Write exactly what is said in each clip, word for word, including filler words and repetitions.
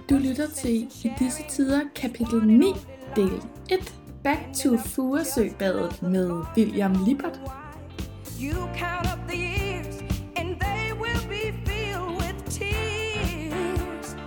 Du lytter til I disse tider kapitel ni, del et. Back to Furesøbadet med William Lippert. You count up the years, and they will be filled with tears.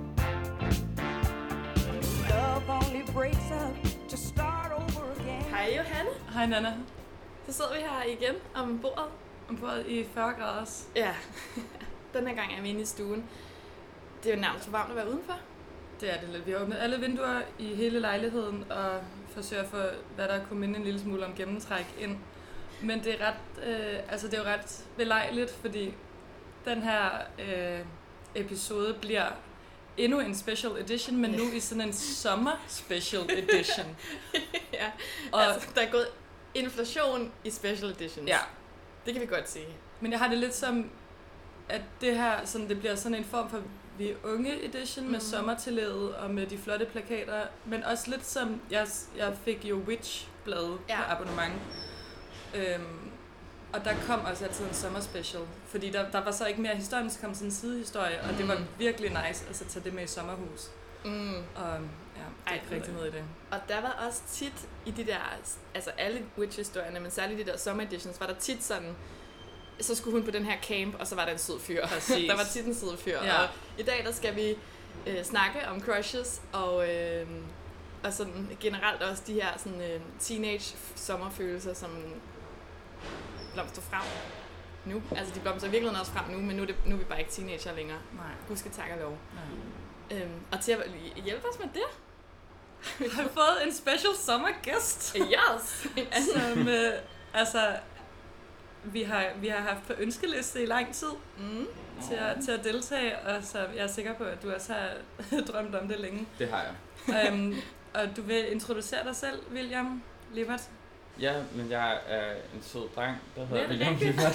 Love only breaks up to start over again. Hej Johanne. Hej Nana. Så sidder vi her igen om bordet. Om bordet i fyrre graders. Ja, den her gang er vi inde i stuen. Det er jo nærmest for varmt at være udenfor. Det er det lidt. Vi har åbnet alle vinduer i hele lejligheden og forsøger at få, hvad der kunne minde en lille smule om gennemtræk ind. Men det er ret, øh, altså det er jo ret belejligt, fordi den her øh, episode bliver endnu en special edition, men nu i sådan en sommer special edition. Ja, og altså der er gået inflation i special editions. Ja. Det kan vi godt sige. Men jeg har det lidt som, at det her, sådan, det bliver sådan en form for vi er unge edition med mm. sommertillæget og med de flotte plakater, men også lidt som, jeg, jeg fik jo Witch-bladet ja. på abonnement. Øhm, og der kom også altid en sommerspecial, fordi der, der var så ikke mere historie, men så kom sådan en sidehistorie, og mm. det var virkelig nice at så tage det med i sommerhus. Mm. Og ja, det er ikke rigtig noget i det. Og der var også tit i de der, altså alle Witch-historierne, men særligt de der summer editions, var der tit sådan, så skulle hun på den her camp, og så var der en sød fyr. Der var tit en sød fyr. Ja. Og i dag der skal vi øh, snakke om crushes, og, øh, og sådan generelt også de her sådan, øh, teenage sommerfølelser, som blomster frem nu. Altså de blomster virkelig også frem nu, men nu er, det, nu er vi bare ikke teenager længere. Nej. Husk at takke og lov. Nej. Øhm, og til at hjælpe os med det, vi har fået en special summer guest. Yes! Som, øh, altså... Vi har, vi har haft på ønskeliste i lang tid mm. til, at, til at deltage, og så jeg er sikker på, at du også har drømt om det længe. Det har jeg. um, og du vil introducere dig selv, William Lippert? Ja, men jeg er en sød dreng, der hedder William Lippert.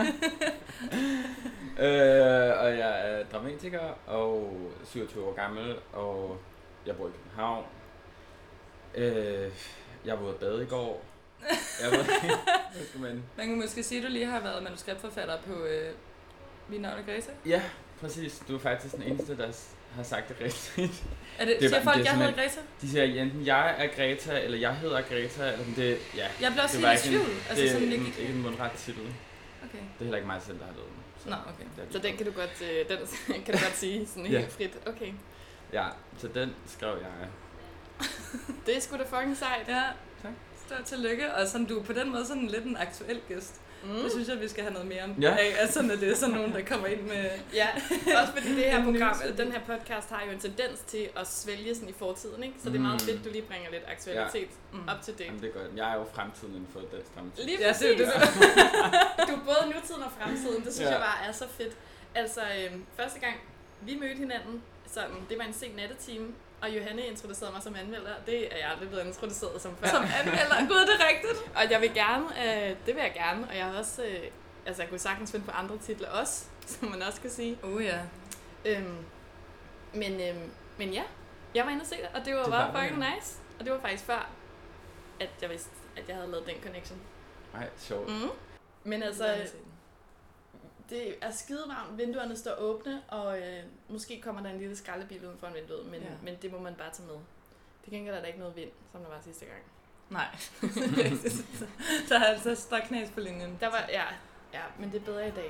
øh, og jeg er dramatiker og syvogtyve år gammel, og jeg bor i København. Øh, jeg var ude at bade i går. Jeg ved ikke, man... man kan måske sige, at du lige har været manuskriptforfatter på øh, Mit navn er Greta? Ja, præcis. Du er faktisk den eneste, der har sagt det rigtigt. Er det, det siger folk, jeg hedder Greta? De siger enten jeg er Greta, eller jeg hedder Greta, eller det, ja. Jeg blev også helt i tvivl. Altså, det er sådan, ikke, ikke en mundret titel. Okay. Det er heller ikke mig selv, der har lavet den. Så, Nå, okay. Så den kan du godt, øh, den kan du godt sige sådan helt frit. Okay. Ja, så den skrev jeg. Det er sgu da fucking sejt. Ja, tak. Stort tillykke, og sådan, du er på den måde sådan lidt en aktuel gæst. Mm. Det synes jeg, vi skal have noget mere om ja. af, altså når det er sådan nogen, der kommer ind med... Ja, også fordi det her program, eller den her podcast har jo en tendens til at svælge sådan i fortiden, ikke? Så det er meget fedt, du lige bringer lidt aktualitet ja. mm. up to date. Jamen, det er godt. Jeg er jo fremtiden inden for dansk dramatik. Lige præcis. Ja, det er det. Du er både nutiden og fremtiden, det synes ja. jeg bare er så fedt. Altså, øh, første gang vi mødte hinanden, sådan, det var en sen nattetime, og Johanne introducerede mig som anmelder. Det er jeg aldrig blevet introduceret som før. Som anmelder? Gud, det er rigtigt. Og jeg vil gerne, øh, det vil jeg gerne, og jeg har også, øh, altså jeg kunne sagtens finde på andre titler også, som man også kan sige. Oh ja. Øhm, men, øhm, men ja, jeg var inde og se det, og det var det bare fucking ja. nice. Og det var faktisk før, at jeg vidste, at jeg havde lavet den connection. Ej, sjovt. Mm. Men altså... Det er skidevarmt, vinduerne står åbne, og øh, måske kommer der en lille skraldebil uden for en vinduet, men, ja. men det må man bare tage med. Det kan ikke der er ikke noget vind, som der var sidste gang. Nej. Der er altså stoknæs på linjen. Der var, ja, ja, men det er bedre i dag.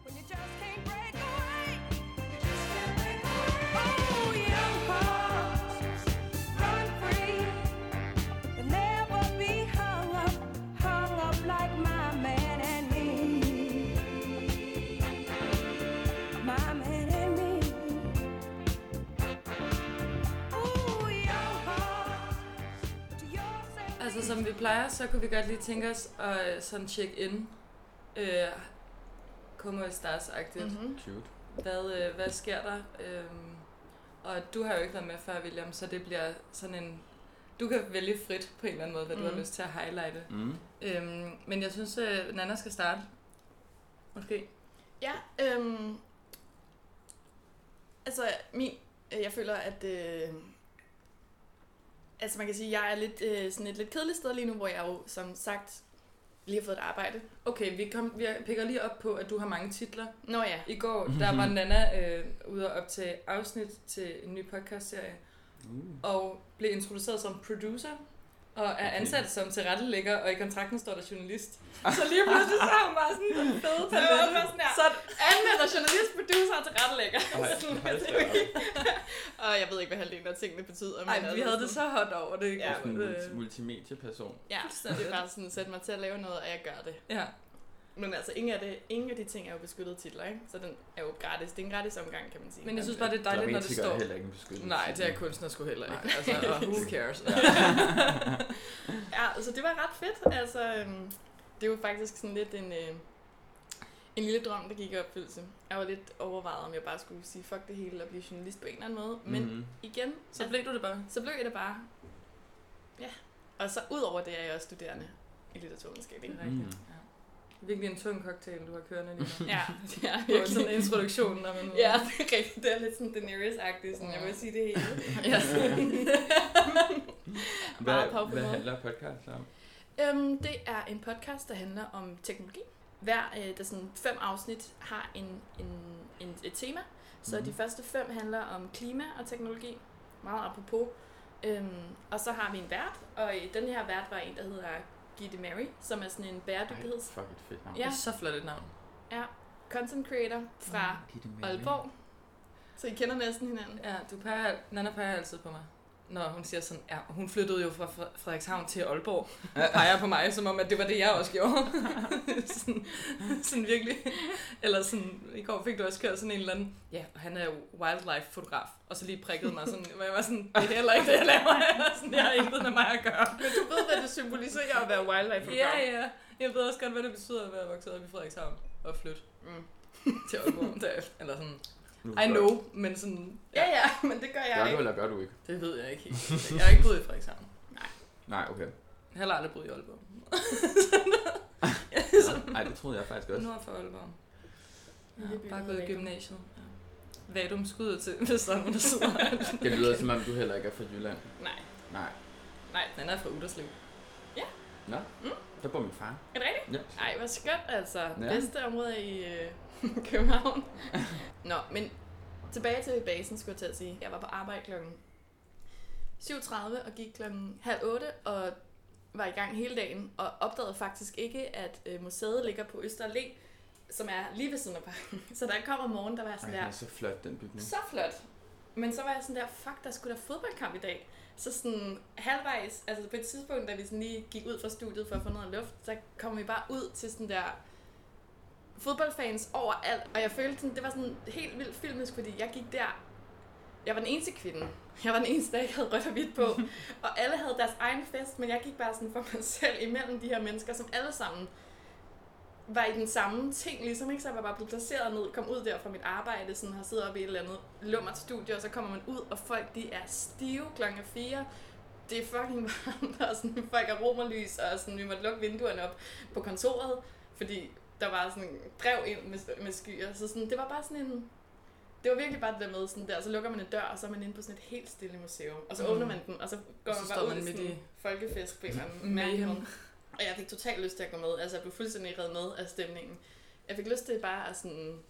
Altså som vi plejer, så kunne vi godt lige tænke os at sådan check in. Øh, Como estás-agtigt. Mm-hmm. Hvad, øh, hvad sker der? Øhm, og du har jo ikke været med før, William, så det bliver sådan en... Du kan vælge frit på en eller anden måde, hvad mm. du har lyst til at highlighte. Mm. Øhm, men jeg synes, at Nana skal starte. Måske. Ja, øhm, altså min, jeg føler, at... Øh, Altså man kan sige, at jeg er lidt, øh, sådan et lidt kedeligt sted lige nu, hvor jeg jo som sagt lige har fået et arbejde. Okay, vi, kom, vi pikker lige op på, at du har mange titler. Nå ja. I går, der var Nana øh, ude og optage afsnit til en ny podcastserie, uh. og blev introduceret som producer, og er ansat okay. som tilrettelægger, og i kontrakten står der journalist. Så lige pludselig så har hun bare sådan en fed talent. Så anmelder journalist, producer og tilrettelægger. Og jeg ved ikke, hvad halvdelen af tingene betyder. Nej, vi havde det så hot over det. Ja, sådan en multimedieperson. Ja, det er bare sådan, sæt mig til at lave noget, og jeg gør det. Ja. Men altså, ingen af, det, ingen af de ting er jo beskyttede titler, ikke? Så den er jo gratis. Det er en gratis omgang, kan man sige. Men jeg synes bare, det er dejligt, når det står. Er heller ikke en beskyttet. Nej, det er kunstner sgu heller ikke. Altså, og who cares? Ja. Ja, altså det var ret fedt. Altså, øhm, det var faktisk sådan lidt en, øh, en lille drøm, der gik i opfyldelse. Jeg var lidt overvejet, om jeg bare skulle sige fuck det hele og blive journalist på en eller anden måde. Men mm-hmm. igen... Så altså, blev du det bare? Så blev jeg det bare. Ja. Og så ud over det er jeg også studerende i litteraturvidenskab, ikke? Mm. Ja. Virkelig en tung cocktail, du har kørende lige nu. Ja, det er virkelig. Sådan en introduktion. Når man ja, det er rigtigt. Det er lidt sådan Daenerys-agtigt, sådan, jeg vil sige det hele. Ja. hvad, hvad handler podcasten om? Øhm, det er en podcast, der handler om teknologi. Hver øh, der sådan fem afsnit har en, en, en, et tema. Så mm-hmm. de første fem handler om klima og teknologi. Meget apropos. Øhm, og så har vi en vært, og i den her vært var en, der hedder Gitte Mary, som er sådan en bæredygtigheds... Ej, fuck et fedt navn. Ja. Det er så flot et navn. Ja, content creator fra mm, Aalborg. Så I kender næsten hinanden. Ja, du peger, Nana peger altid på mig. Når hun siger sådan, ja, hun flyttede jo fra Frederikshavn til Aalborg. Hun peger på mig, som om, at det var det, jeg også gjorde. sådan, sådan virkelig. Eller sådan, i går fik du også kørt sådan en eller anden, ja, og han er jo wildlife-fotograf. Og så lige prikkede mig sådan, hvor jeg var sådan, det er heller ikke det, jeg laver. Sådan, jeg har intet med mig at gøre. Men du ved, hvad det symboliserer at være wildlife-fotograf. Ja, ja. Jeg ved også godt, hvad det betyder at være vokset op i Frederikshavn og flytte mm. til Aalborg derefter. Eller sådan... I know, men sådan... Ja, ja, ja, men det gør jeg gør ikke. Gør du, eller gør du ikke? Det ved jeg ikke helt. Jeg har ikke boet i Frederikshavn. Nej. Nej, okay. Jeg har aldrig boet i Aalborg. Nej, det troede jeg faktisk også. Nord for Aalborg. Ja, bare gået i gymnasiet. Ja. Vadum skud til, hvis der er nogen, der sidder. Det lyder som om, du heller ikke er fra Jylland. Nej. Nej. Nej, den er fra Uderslev. Ja. Nå, mm. Der bor min far. Er det rigtigt? Ja. Ej, hvor skønt altså. Ja. Bedste område i øh, København. Nå, men tilbage til basen, skulle jeg til at sige. Jeg var på arbejde klokken syv tredive og gik klokken halv otte og var i gang hele dagen og opdagede faktisk ikke, at øh, museet ligger på Øster Allé, som er lige ved siden af parken. Så da jeg kom om morgenen, der var jeg sådan Ej, der... det er så flot, den bygning. Så flot. Men så var jeg sådan der, fuck, der skulle da fodboldkamp i dag. Så sådan halvvejs, altså på et tidspunkt, da vi sådan lige gik ud fra studiet for at få noget luft, så kom vi bare ud til sådan der fodboldfans overalt. Og jeg følte sådan, det var sådan helt vildt filmisk, fordi jeg gik der. Jeg var den eneste kvinde. Jeg var den eneste, der ikke havde rødt og hvidt på. Og alle havde deres egen fest, men jeg gik bare sådan for mig selv imellem de her mennesker, som alle sammen var i den samme ting, ligesom, ikke? Så jeg var bare blevet placeret ned, kom ud der fra mit arbejde, sådan har siddet oppe i et eller andet lummert studie, og så kommer man ud, og folk, de er stive klokken fire. Det er fucking varmt, og sådan, folk er romerlys, og sådan, vi måtte lukke vinduerne op på kontoret, fordi der var sådan en drev ind med, med skyer, så sådan, det var bare sådan en... Det var virkelig bare det der med, sådan der, så lukker man en dør, og så er man inde på sådan et helt stille museum, og så mm. åbner man den, og så går og så man bare ud i sådan en folkefest på en eller anden mærkelig måde. Og jeg fik totalt lyst til at gå med. Altså, jeg blev fuldstændig reddet med af stemningen. Jeg fik lyst til bare at sådan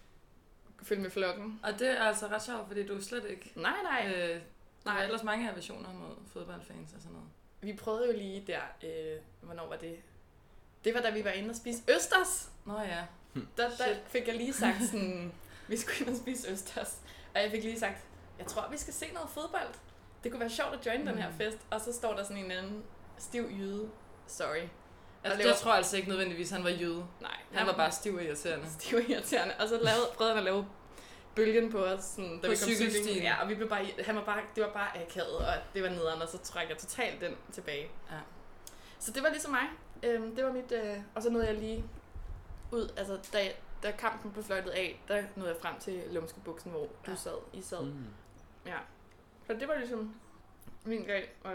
følge med flokken. Og det er altså ret sjovt, fordi du slet ikke... Nej, nej. Øh, der nej. er ellers mange aversioner mod fodboldfans og sådan noget. Vi prøvede jo lige der... Øh, hvornår var det? Det var da vi var inde og spise østers. Nå ja. Der, der fik jeg lige sagt sådan... Vi skulle ind og spise østers. Og jeg fik lige sagt... Jeg tror, vi skal se noget fodbold. Det kunne være sjovt at join mm. den her fest. Og så står der sådan en anden stiv jyde. Sorry. Altså, laver... Jeg tror altså ikke nødvendigvis, han var jøde. Nej. Han var bare stiv og irriterende. Stiv og irriterende. Og så lavede, prøvede han at lave bølgen på os, sådan, da på vi kom cykelstien. Ja, og vi blev bare, han var bare, det var bare akavet, og det var nederen, og så trækker jeg totalt den tilbage. Ja. Så det var ligesom mig. Øhm, det var mit, øh, og så nåede jeg lige ud, altså da, da kampen blev fløjtet af, der nåede jeg frem til Lumskebuksen, hvor ja. du sad, I sad. Mm. Ja. Så det var ligesom min dag, og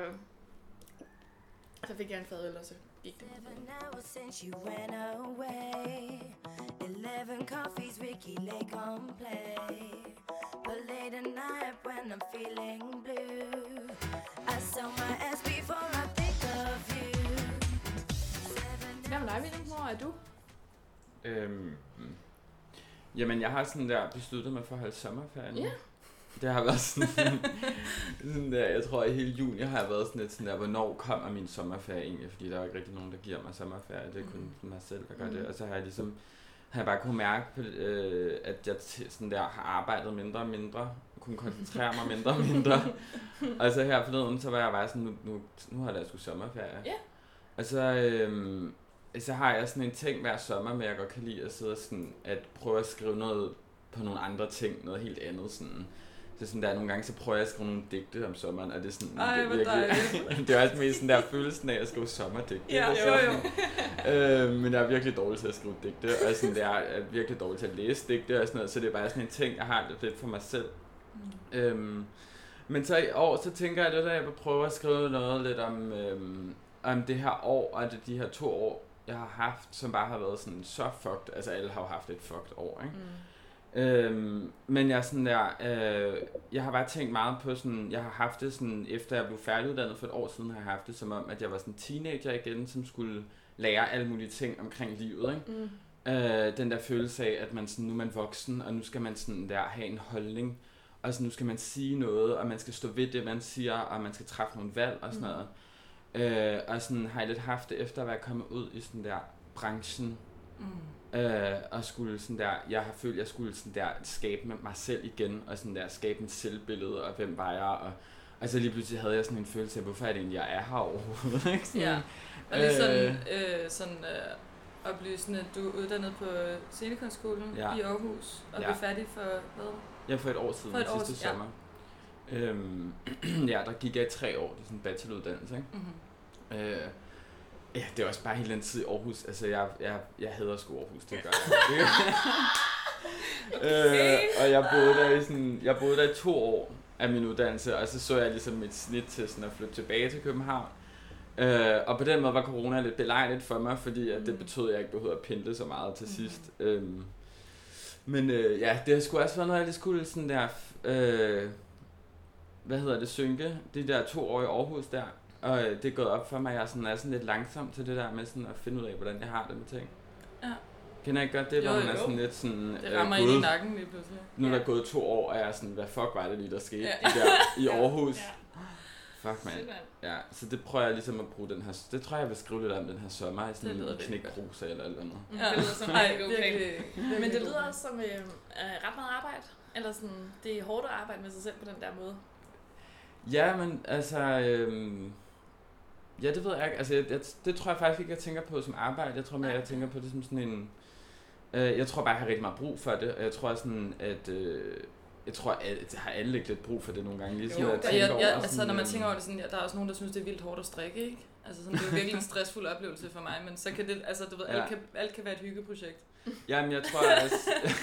så fik jeg en fadøl, og så gik det. Seven hours since you went away. Eleven coffees, Ricky Lake on play. But late at night when I'm feeling blue, I sell my ass before I think of you. Hvad med dig, William? Hvor er du? Øhm, jamen, jeg har sådan der besluttet mig for at holde sommerferie nu. Ja. Det har været sådan, sådan der, jeg tror i hele juni har jeg været sådan lidt sådan der, hvornår kommer min sommerferie egentlig, fordi der er ikke rigtig nogen, der giver mig sommerferie, det er kun mm. mig selv, der gør mm. det, og så har jeg ligesom, har jeg bare kunnet mærke, på, øh, at jeg t- sådan der har arbejdet mindre og mindre, kunne koncentrere mig mindre og mindre, og så her forleden, så var jeg bare sådan, nu, nu, nu har jeg sgu sommerferie. Ja. Og så, øh, så har jeg sådan en ting hver sommer, med jeg godt kan lide at sidde og sådan, at prøve at skrive noget på nogle andre ting, noget helt andet sådan. Så sådan der, nogle gange så prøver jeg at skrive nogle digte om sommeren, og det er sådan, Ej, det, virkelig, det er også mest sådan der følelsen af at skrive sommerdigte. Ja, jo jo. øh, men jeg er virkelig dårlig til at skrive digte, og sådan der er virkelig dårlig til at læse digte og sådan noget, så det er bare sådan en ting, jeg har lidt for mig selv. Mm. Øhm, men så i år, så tænker jeg lidt, at jeg vil prøve at skrive noget lidt om, øhm, om det her år, og det, de her to år, jeg har haft, som bare har været sådan så fucked, altså alle har jo haft et fucked år, ikke? Mm. Øhm, men jeg er sådan der, øh, jeg har bare tænkt meget på sådan, jeg har haft det sådan, efter jeg blev færdiguddannet for et år siden, har jeg haft det som om, at jeg var sådan teenager igen, som skulle lære alle mulige ting omkring livet, ikke? Mm. Øh, den der følelse af, at man sådan, nu er man voksen, og nu skal man sådan der have en holdning, og så nu skal man sige noget, og man skal stå ved det, man siger, og man skal træffe nogle valg og sådan mm. noget. Øh, og sådan har jeg lidt haft det efter at være kommet ud i sådan der branchen, mm. Øh, og skulle sådan der, jeg har følt, jeg skulle sådan der skabe med mig selv igen, og sådan der skabe en selvbillede, og hvem var jeg, og, og så lige pludselig havde jeg sådan en følelse af, hvorfor er det egentlig, jeg er her overhovedet, ikke? Sådan, ja, og lige sådan, øh, sådan øh, oplysende, at du er uddannet på Scenekunstskolen ja. i Aarhus, og ja. blev færdig for hvad? Ja, for et år siden, for et år, sidste ja. sommer. Øhm, ja, der gik jeg i tre år, det er sådan en bacheloruddannelse, ikke? Mm-hmm. Øh, Ja, det er også bare helt den tid i Aarhus. Altså, jeg, jeg, jeg hader sgu Aarhus, det gør jeg. okay. øh, og jeg boede, der i sådan, jeg boede der i to år af min uddannelse, og så så jeg ligesom mit snit til sådan at flytte tilbage til København. Øh, og på den måde var corona lidt belejligt for mig, fordi at det betød, at jeg ikke behøvede at pendle så meget til sidst. Mm. Øhm, men øh, ja, det har sgu også været noget, jeg skulle sådan der, øh, hvad hedder det, synke, de der to år i Aarhus der. Og det er gået op for mig, at jeg sådan er sådan lidt langsom til det der med sådan at finde ud af, hvordan jeg har det med ting. Ja. Kender jeg ikke godt det, hvor man er sådan lidt sådan... Det rammer øh, ind i nakken lige pludselig. Nu er der ja. gået to år, og jeg er sådan, hvad fuck var det lige, der skete ja. der i Aarhus? Ja. Fuck, man. Ja, så det prøver jeg ligesom at bruge den her... Det tror jeg, jeg vil skrive lidt om den her sommer, i sådan en knækkruse eller alt andet. Ja. Det lyder som rigtig okay. Men det lyder også som øh, ret meget arbejde. Eller sådan, det er hårdt at arbejde med sig selv på den der måde. Ja, men altså... Øh, Ja, det ved jeg ikke. Altså, jeg, jeg, det tror jeg faktisk ikke, jeg tænker på som arbejde. Jeg tror mere, jeg tænker på det som sådan en... Øh, jeg tror bare, jeg har rigtig meget brug for det. Og jeg tror sådan, at... Øh, jeg tror, at jeg har alle lidt brug for det nogle gange. Ligesom jo, jeg jeg, jeg, jeg, altså, sådan, når man tænker over det, sådan, ja, der er også nogen, der synes, det er vildt hårdt at strikke, ikke? Altså, sådan, det er jo virkelig en stressfuld oplevelse for mig. Men så kan det... Altså, du ved, ja. alt, kan, alt kan være et hyggeprojekt. Jamen, jeg tror også...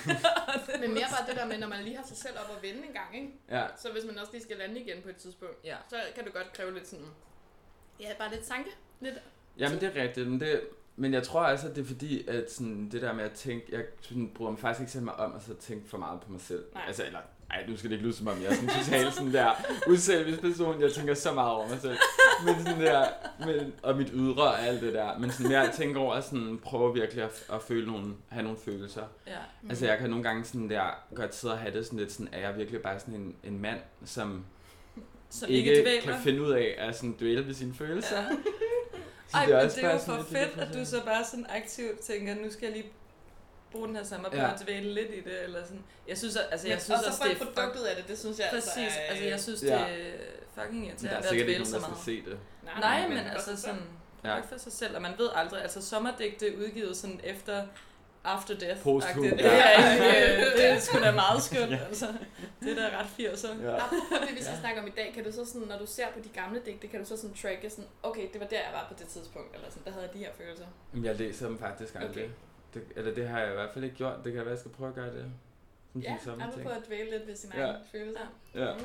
Men mere bare det der med, når man lige har sig selv op og vende en gang, ikke? Ja. Så hvis man også lige skal lande igen på et tidspunkt, ja. så kan du godt kræve lidt sådan... Ja, bare lidt tanke. Lidt. Jamen, det er rigtigt. Men, det, men jeg tror altså, at det er fordi, at sådan, det der med at tænke... Jeg sådan, bryder mig faktisk ikke selv mig om at så tænke for meget på mig selv. Nej. Altså, eller... Ej, nu skal det ikke lyde som om, jeg er sådan totalt sådan der uselvisk person. Jeg tænker så meget over mig selv. Men sådan der... Men, og mit ydre og alt det der. Men sådan mere at tænke over at sådan, prøve virkelig at, at føle nogle, have nogle følelser. Ja. Mm. Altså, jeg kan nogle gange sådan der godt sidde og have det sådan lidt sådan... Er jeg virkelig bare sådan en, en mand, som... Som ikke, ikke kan finde ud af at sådan dvæle ved sine følelser. Ja. Ej, det er, men det er jo for fedt, at du så bare sådan aktivt tænker, nu skal jeg lige bruge den her sommer på ja. at dvæle lidt i det, eller sådan. Jeg synes, altså, jeg synes også, også det er produktet af det, det synes jeg præcis, altså, er, altså jeg synes, det er fucking irriterende at dvæle så meget. Der er sikkert ikke nogen, der skal se det. Nej, Nej men, men altså sådan, ja. ikke for sig selv, og man ved aldrig, altså sommerdigte udgivet sådan efter After Death. Posthum. Det, det er ikke, det er sgu da meget skønt, ja. altså. Det er da ret firser. Ja. Apropos det, vi skal snakke om i dag, kan du så sådan, når du ser på de gamle digte, kan du så sådan tracke sådan, okay, det var der, jeg var på det tidspunkt, eller sådan, der havde jeg de her følelser? Jamen, jeg læser dem faktisk aldrig. Okay. Det, eller det har jeg i hvert fald ikke gjort. Det kan være, jeg skal prøve at gøre det. Som ja, jeg vil prøve at dvæle lidt ved sin ja. egen følelser. Ja. ja. Mm.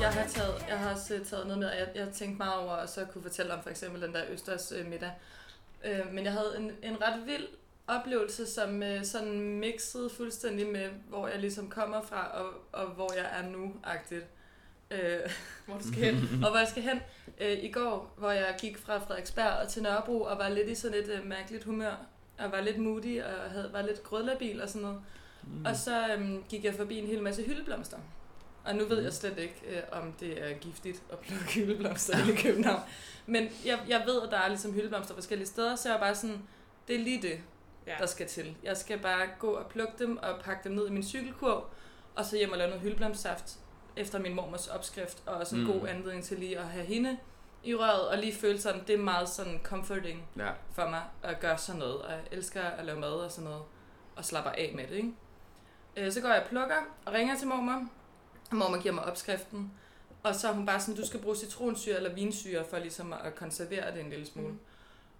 jeg har taget, jeg har også taget noget med, og jeg, jeg tænkte meget over at så kunne fortælle om for eksempel den der Østers øh, middag. Øh, men jeg havde en, en ret vild oplevelse, som øh, sådan mixede fuldstændig med, hvor jeg ligesom kommer fra, og, og hvor jeg er nu-agtigt. Øh, hvor du skal hen. og hvor jeg skal hen. Øh, I går, hvor jeg gik fra Frederiksberg og til Nørrebro, og var lidt i sådan et øh, mærkeligt humør, og var lidt moody, og havde, var lidt grødlabil og sådan noget. Mm. Og så øhm, gik jeg forbi en hel masse hyldeblomster. Og nu ved jeg slet ikke, øh, om det er giftigt at plukke hyldeblomster i København. Men jeg, jeg ved, at der er ligesom hyldeblomster forskellige steder, så jeg var bare sådan, det er lige det, ja. Der skal til. Jeg skal bare gå og plukke dem og pakke dem ned i min cykelkurv, og så hjem og lave noget hyldeblomstsaft efter min mormors opskrift, og også en mm. god anledning til lige at have hende i røret, og lige føle sådan, det er meget sådan comforting ja. For mig at gøre sådan noget, og jeg elsker at lave mad og sådan noget, og slapper af med det, ikke? Øh, så går jeg og plukker, og ringer til mormor, og mormor giver mig opskriften, og så er hun bare sådan, du skal bruge citronsyre eller vinsyre, for ligesom at konservere det en lille smule. Mm.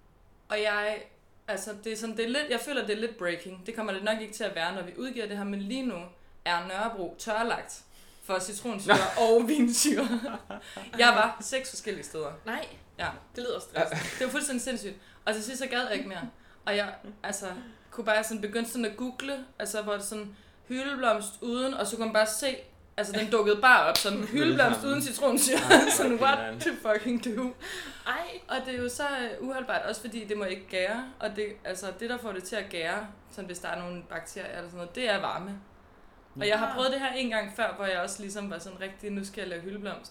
Og jeg, altså det er sådan, det er lidt, jeg føler, det er lidt breaking, det kommer det nok ikke til at være, når vi udgiver det her, men lige nu er Nørrebro tørlagt for citronsyre og vinsyre. Jeg var seks forskellige steder. Nej, ja. Det lyder stressende. Det var fuldstændig sindssygt. Og til sidst så gad jeg ikke mere. Og jeg altså, kunne bare sådan begynde sådan at google, altså hvor det sådan hyldeblomst uden, og så kunne man bare se, altså den dukkede bare op, sådan hyldeblomst uden citronsyre. Sådan, what to fucking do? Ej. Og det er jo så uh, uholdbart, også fordi det må ikke gære, og det, altså, det der får det til at gære, sådan hvis der er nogle bakterier eller sådan noget, det er varme. Og jeg har prøvet det her en gang før, hvor jeg også ligesom var sådan rigtig, nu skal jeg lave hyldeblomst.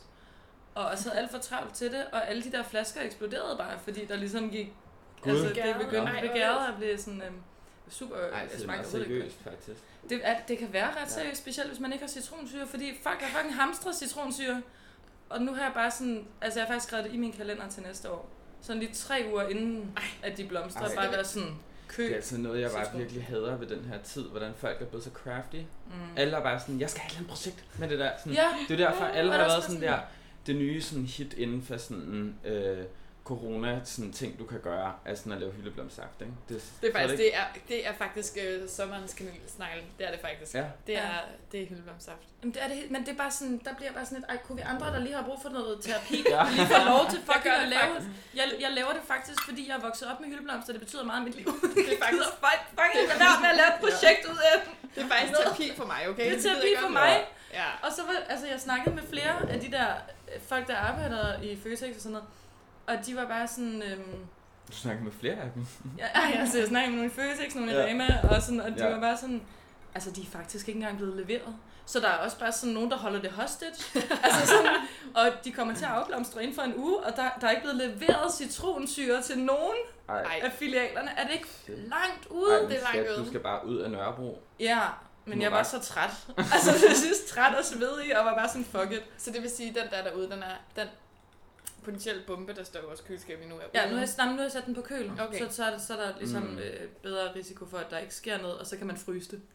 Og så havde alt for travlt til det, og alle de der flasker eksploderede bare, fordi der ligesom gik, God. Altså det begyndte at begæret at blive sådan øhm, super Ej, det er meget seriøst faktisk. Det, er, det kan være ret seriøst, specielt hvis man ikke har citronsyre, fordi fuck, jeg fucking hamstrer citronsyre. Og nu har jeg bare sådan, altså jeg har faktisk skrevet det i min kalender til næste år. Sådan lige tre uger inden, Ej. At de blomstrer, Ej. Bare være sådan... Køb. Det er altså noget, jeg bare virkelig hader ved den her tid, hvordan folk er blevet så crafty. Mm. Alle er bare sådan, jeg skal have et eller andet projekt med det der. Sådan, ja. Det er derfor, alle har været sådan der, det nye sådan hit inden for sådan øh, corona, sådan ting, du kan gøre, er sådan at lave hyldeblomstsaft, ikke? Det, det er faktisk, det er, det er faktisk øh, sommerens kanelsnegle, det er det faktisk. Ja. Det er, ja. Det er hyldeblomstsaft. Jamen det er det, men det er bare sådan, der bliver bare sådan et, ej, kunne vi andre, der lige har brug for noget terapi, ja. Lige få lov til fucking at lave det. Jeg, jeg laver det faktisk, fordi jeg er vokset op med hyldeblomster, det betyder meget i mit liv. Det er faktisk, fucking lad være med at lave et projekt ud af det. Det er faktisk terapi for mig, okay? Det er terapi for mig. Ja. Og så var, altså jeg snakkede med flere af de der folk, der arbejder i Føtex og sådan noget, og de var bare sådan... Øhm, du snakker med flere af dem? Ja, altså jeg snakkede med nogle i Føtex, nogle i ja. Rema, og, sådan, og de ja. Var bare sådan... Altså, de er faktisk ikke engang blevet leveret. Så der er også bare sådan nogen, der holder det hostage. altså sådan, og de kommer til at afblomstre inden for en uge, og der, der er ikke blevet leveret citronsyre til nogen Ej. Af filialerne. Er det ikke langt ude? Ej, det er langt ude. Du skal bare ud af Nørrebro. Ja, men jeg var så træt. altså, jeg synes træt og svedig, og var bare sådan, fuck it. Så det vil sige, at den der derude, den er... Den potentiel bombe, der står i vores køleskab nu. Ja, nu har, jeg, nej, nu har jeg sat den på køl, okay. så, så, er, så er der ligesom mm. øh, bedre risiko for, at der ikke sker noget, og så kan man fryse det.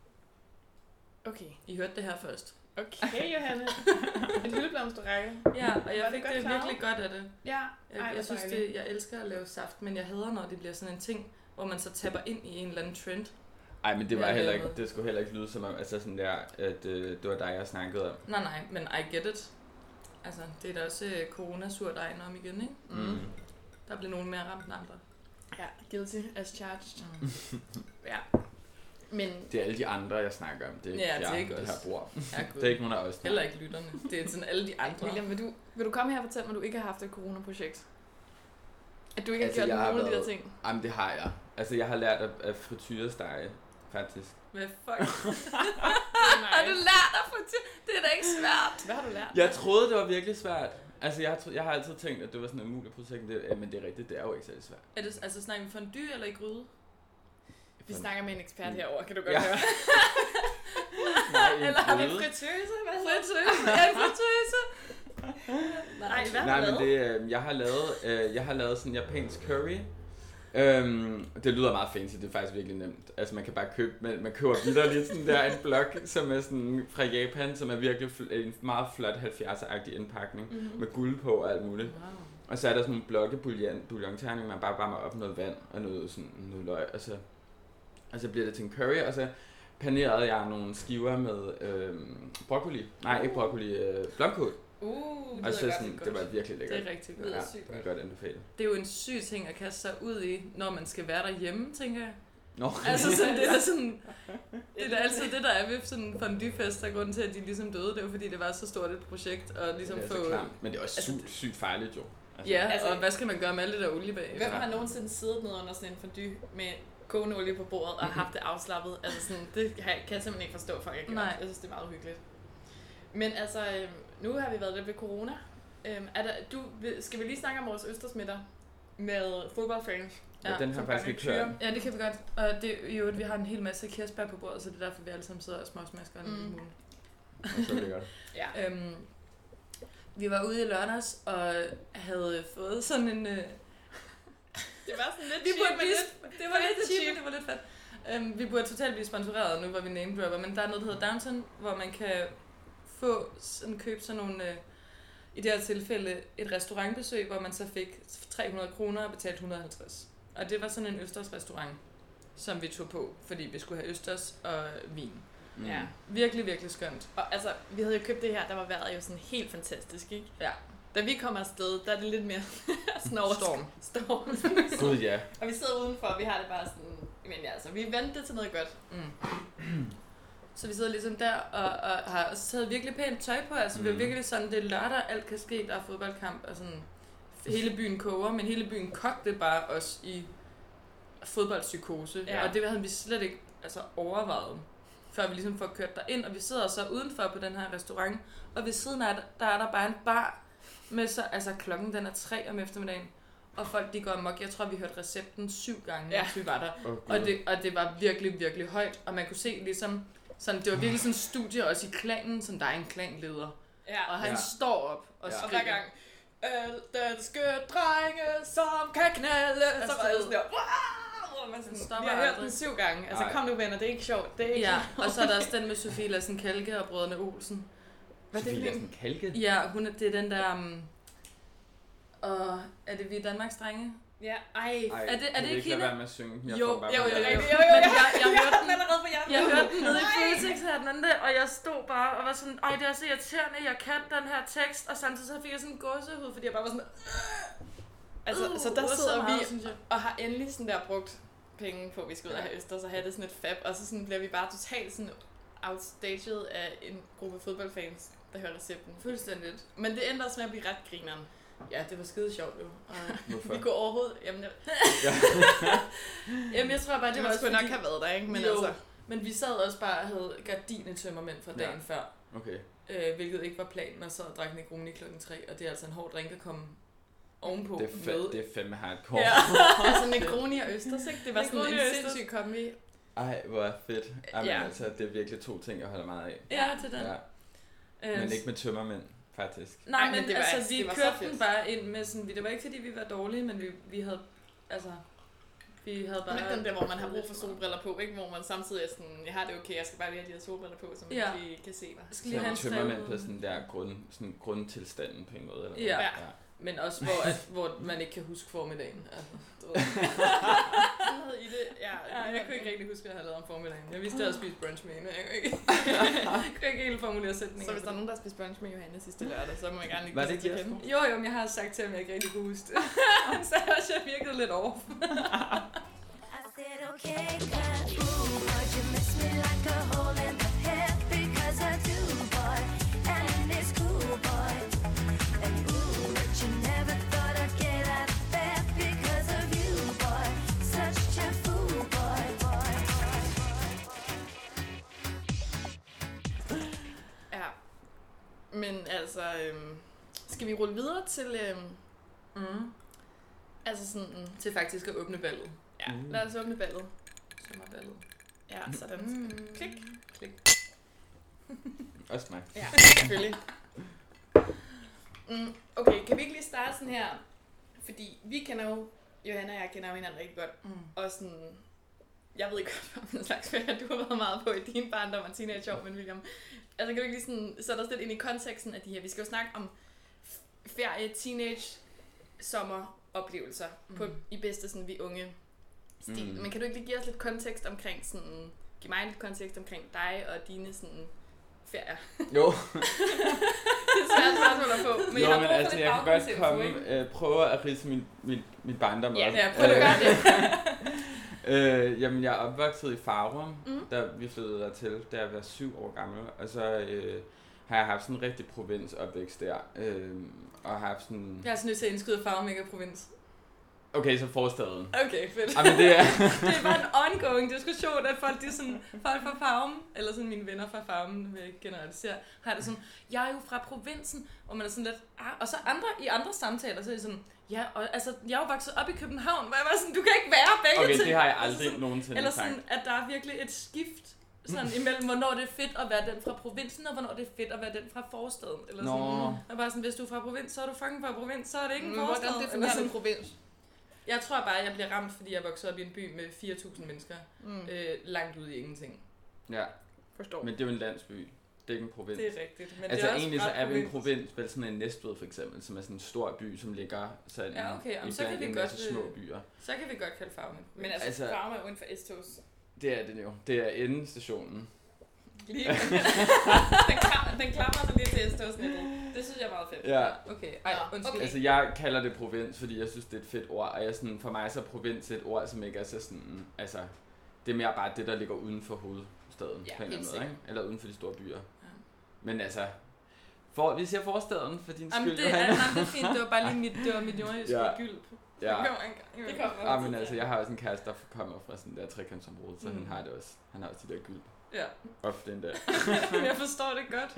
Okay. I hørte det her først. Okay, Johanne. En hyldeblomsterrække. Ja, og jeg fik det, det virkelig godt af det. Ja. Jeg, Ej, jeg synes, det, jeg elsker at lave saft, men jeg hader, når det bliver sådan en ting, hvor man så tapper ind i en eller anden trend. Ej, men det var heller ikke, det skulle heller ikke lyde som om, altså sådan der, at øh, det var dig, jeg snakkede om. Nej, nej, men I get it. Altså, det er da også øh, corona-surdejen om igen, ikke? Mm. Der bliver nogen mere ramt end andre. Ja, guilty as charged. Mm. ja. Men det er alle de andre, jeg snakker om. Det er ikke, ja, det er ikke det her bord. Ja, det er ikke nogen af os. Heller ikke lytterne. Det er sådan alle de andre. William, vil du, vil du komme her og fortælle mig, at du ikke har haft et corona-projekt? At du ikke altså, har gjort nogen af de der ting? Jamen, det har jeg. Altså, jeg har lært at, at frityrestege, faktisk. Hvad fuck? Har du lært at frityre? Det er da ikke svært. Hvad har du lært? Jeg troede, det var virkelig svært. Altså, jeg, jeg har altid tænkt, at det var sådan et umuligt projekt, det, men det er rigtigt, det er jo ikke særlig svært. Er det, altså, snakker vi fondue eller i gryde? Vi snakker med en ekspert herover, kan du godt ja. høre. Nej, eller har vi fritøse? Hvad fritøse? Ja, fritøse. Nej, hvad Nej, men det, øh, jeg har lavet, øh, jeg har lavet sådan en japansk curry. Øhm, det lyder meget fancy, det er faktisk virkelig nemt. Altså man kan bare købe, man, man køber videre lidt sådan der en blok, som er sådan fra Japan, som er virkelig fl- en meget flot halvfjerdser-agtig indpakning mm-hmm. med guld på og alt muligt. Wow. Og så er der sådan nogle blokke bouillon, bouillonterning, man bare varmer op noget vand og noget sådan noget løg, og så, og så bliver det til en curry, og så panerede jeg nogle skiver med øh, broccoli. Nej, ikke broccoli, øh, blomkål. Uh, det Og så er sådan, godt. det var virkelig lækkert. Det er rigtig godt. Det Ja, er sygt det godt. kan godt anbefale. Det er jo en syg ting at kaste sig ud i, når man skal være derhjemme, tænker jeg. Nå. Altså sådan, det er sådan, det er da altid det, der er ved sådan en fondue-fest, der er grunden til, at de ligesom døde. Det var fordi, det var så stort et projekt, og ligesom det er få... så klamt. Men det er også altså, sygt, sygt farligt jo. Altså, Ja, Altså- og hvad skal man gøre med alt det der olie bag? Hvem har nogensinde siddet nede under sådan en fondue med kogende olie på bordet og haft det afslappet? Altså sådan, det kan jeg, kan jeg simpelthen ikke forstå, folk ikke Nej. Jeg synes, det er meget uhyggeligt. Men altså, øhm, nu har vi været lidt ved corona. Øhm, er der, du, skal vi lige snakke om vores østersmitter med fodboldfans? Ja, den har som faktisk ikke garnityr. hørt. Ja, det kan vi godt. Og det er jo, at vi har en hel masse kirsebær på bordet, så det er derfor, vi alle sammen sidder og småsmasker en lille Mm. smule. Så lækkert. Ja. Øhm, vi var ude i lørdags og havde fået sådan en... Øh, Det var sådan lidt vi cheap, burde men blive, lidt- det var lidt lidt cheap, cheap. men det var lidt fedt. Øhm, vi burde totalt blive sponsoreret nu, hvor vi name dropper, men der er noget, der hedder Downton, hvor man kan få sådan, købe sådan nogle, øh, i det her tilfælde, et restaurantbesøg, hvor man så fik tre hundrede kroner og betalte et hundrede og halvtreds. Og det var sådan en østers restaurant, som vi tog på, fordi vi skulle have østers og vin. Mm. Ja. Virkelig, virkelig skønt. Og altså, vi havde jo købt det her, der var vejret jo sådan helt fantastisk, ikke? Ja. Da vi kommer afsted, der er det lidt mere sådan over Storm. Storm. Gud ja. Og vi sidder udenfor, og vi har det bare sådan... Men ja, altså, vi vendte det til noget godt. Mm. Så vi sidder ligesom der og, og har også taget virkelig pænt tøj på. Altså mm. vi er Mm. virkelig sådan, det er lørdag, alt kan ske, der er fodboldkamp, og sådan hele byen koger, men hele byen kogte bare os i fodboldpsykose. Ja. Og det havde vi slet ikke altså, overvejet, før vi ligesom får kørt derind, og vi sidder så udenfor på den her restaurant, og ved siden af, der er der bare en bar, med så, altså klokken den er tre om eftermiddagen, og folk de går amok. Jeg tror, vi hørte recepten syv gange, Ja. mens vi var der. Oh, Og det, og det var virkelig, virkelig højt, og man kunne se ligesom, sådan, det var virkelig sådan en studie også i klanen, som der er en klanleder. Ja, Og han Ja. står op og Ja. og skriger. hver gang... Øh, danske drenge, som kan knalde, så Altså, var det sådan der... Wow! Og man sådan, stopper vi har hørt aldrig. den syv gange. Altså, Ej. kom nu venner, det er ikke sjovt. Det er ikke Ja, sjovt. og så er der også den med Sofie Lassen Kalke og brødrene Olsen. Hvad er det Sofie for en? Lassen Kalke? Ja, hun er, det er den der... Um, og er det vi Danmarks drenge? Ja, ej. Ej, Er det- er kan det vi ikke ikke lade hende? være med at synge? Jeg Jo, får bare Jo, på jo, hjertet. rigtigt. Jo, jo, Men jo. jeg, jeg, hørte den, den allerede på hjertet. jeg hørte den nede i Nej. Føtex her den anden dag, og jeg stod bare og var sådan, ej det er så irriterende, jeg kan den her tekst, og samtidig så fik jeg sådan en gåsehud, fordi jeg bare var sådan, Altså, uh, så der det var sidder meget, vi synes jeg. og har endelig sådan der brugt penge på, at vi skal ud og have østers og have det sådan et fab, og så sådan bliver vi bare totalt sådan outstaged af en gruppe fodboldfans, der hører recepten. Fuldstændigt. Men det endte også med at blive ret grineren. Ja, det var skide sjovt jo. Og, Hvorfor? Vi kunne overhovedet... Jamen, det, jamen jeg tror bare, det, det var var også sgu nok fordi, have været der, ikke? Men jo, altså... men vi sad også bare og havde gardinetømmermænd fra dagen Ja. før, Okay. øh, hvilket ikke var planen, og så og drak Negroni klokken tre, og det er altså en hård drink at komme ovenpå Det er, med. fa- det er fandme hardcore. Ja. Altså Negroni og Østers, ikke? Det var sådan Negroni en og Østers. sindssyg kombi. Ej, hvor er fedt. Ej, men Ja. altså, det er virkelig to ting, jeg holder meget af. Ja, til den. Ja. Øh, Men ikke med tømmermænd, faktisk. Nej, Ej, men, men det var altså, altså- vi det var så kørte fedt. den bare ind med sådan, det var ikke fordi, vi var dårlige, men vi, vi havde, altså, vi havde bare... Men den der, hvor man har brug for solbriller på, ikke? Hvor man samtidig er sådan, jeg har det okay, jeg skal bare lige have de her solbriller på, så man Ja. lige kan se mig. Jeg skal lige Så have en tømmermænd skrevet- på sådan der grund, sådan grundtilstanden på en måde. Eller Ja. hvad? Men også hvor, at, hvor man ikke kan huske formiddagen. Altså, du ved. Sådan noget i det, ja. Ja, jeg kunne ikke rigtig huske, hvad jeg havde lavet om formiddagen. Jeg vidste, at jeg havde spist brunch med hende, men jeg kunne ikke, jeg kunne ikke helt formulere sætninger. Så hvis der er nogen, der har spist brunch med Johanne sidste lørdag, så må jeg gerne lige Var det give sig ikke til jeres hende. Jo, jo, men jeg har sagt til ham, at jeg ikke rigtig kunne huske det. Så jeg også, jeg virkede lidt off. I said, okay, cause ooh, boy, you miss me like a hole in the head because I do, boy, and it's cool, boy. And ooh, but you never thought I'd get out of bed because of you, boy. Such a fool, boy, boy. Ja. Men altså, øhm, skal vi rulle videre til, øhm, Mm. altså sådan, Til faktisk at åbne ballet. ja, Mm. lad os åbne ballet. Sommerballet. Ja, sådan. Mm. Klik. Klik. Også mig. Ja, selvfølgelig. Mm, okay, kan vi ikke lige starte sådan her? Fordi vi kender jo, Johanna og jeg kender jo hinanden rigtig godt. Mm. Og sådan, jeg ved ikke, hvad slags ferie du har været meget på i din barndom og teenageår, men William. Altså kan du ikke lige sådan sætte os lidt ind i konteksten af de her? Vi skal jo snakke om ferie, teenage, sommeroplevelser mm. på, i bedste sådan vi unge stil. Mm. Men kan du ikke lige give os lidt kontekst omkring sådan, give mig lidt kontekst omkring dig og dine sådan ferier? Jo. Det er svært spørgsmål at få. Men jo, jeg har men brug for altså, lidt jeg kan godt baggrundsinfo, komme, ikke? øh, prøve at ridse min, min, min barndom Ja, op. ja, prøv at gøre det. øh, jamen, jeg er opvokset i Farum, Mm. da vi flyttede dertil, da jeg var syv år gammel. Og så øh, har jeg haft sådan en rigtig provinsopvækst der. Øh, og har haft sådan... Jeg er sådan nødt til at indskyde Farum ikke provins. Okay, så forstaden. Okay, fedt. Jamen, det er... Det er bare en ongoing diskussion, at folk, de er sådan, folk fra Farum, eller sådan mine venner fra Farum, vil jeg generalisere, har det sådan, jeg er jo fra provinsen, og man er sådan lidt, ah, og så andre, i andre samtaler, så er det sådan, ja, og altså, jeg er jo vokset op i København, hvor jeg var sådan, du kan ikke være begge Okay, ting. det har jeg aldrig Altså sådan- nogensinde Eller sagt. sådan, at der er virkelig et skift, sådan imellem, hvornår det er fedt at være den fra provinsen, og hvornår det er fedt at være den fra forstaden. Eller sådan. Nå. Og bare sådan, hvis du er fra provins, så er du fucking fra provins, så er det ikke en Men forstad. hvordan Eller definerer sådan. du provins? Jeg tror bare, at jeg bliver ramt, fordi jeg voksede op i en by med fire tusind mennesker, Mm. øh, langt ude i ingenting. Ja, Forstår. men det er jo en landsby. Det er ikke en provins. Det er rigtigt. Men Altså det er også egentlig så ret er vi en provins. provins, vel sådan en Næstved for eksempel, som er sådan en stor by, som ligger sådan Ja, okay, jamen, i så kan blandt vi en godt, masse små øh, byer. Så kan vi godt kalde farven en Men altså, Altså- altså farven er uden for S-togs. Det er det jo. Det er endestationen. Lige. den, klam, den klamrer sig lige til S-togsnettet. Det synes jeg er meget fedt. Ja. Okay, ej, Nå, undskyld. okay. Altså jeg kalder det provins, fordi jeg synes det er et fedt ord, og jeg sådan, for mig så er provins et ord, som ikke er så sådan, altså det er mere bare det, der ligger uden for hovedstaden Ja, på en eller helt anden måde, ikke? Eller uden for de store byer. Ja. Men altså, for, vi siger forstaden for din Jamen, skyld, det, er, Johanna. jamen, det er fint, det var bare lige mit, det var mit jordjyske Ja. ja. gylp. Ja. Det kommer en gang. Det kommer. Ah, men altså, jeg har også en kæreste, der kommer fra sådan der trekantsområde, så mm. han Mm. har det også. Han har også de der gyld. Ja, Ofte den der. jeg forstår det godt.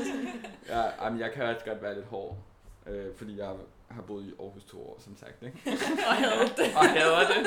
Ja, men jeg kan også godt være lidt hård, øh, fordi jeg har boet i Aarhus to år, som sagt, ikke? Og havde det. Og hader det.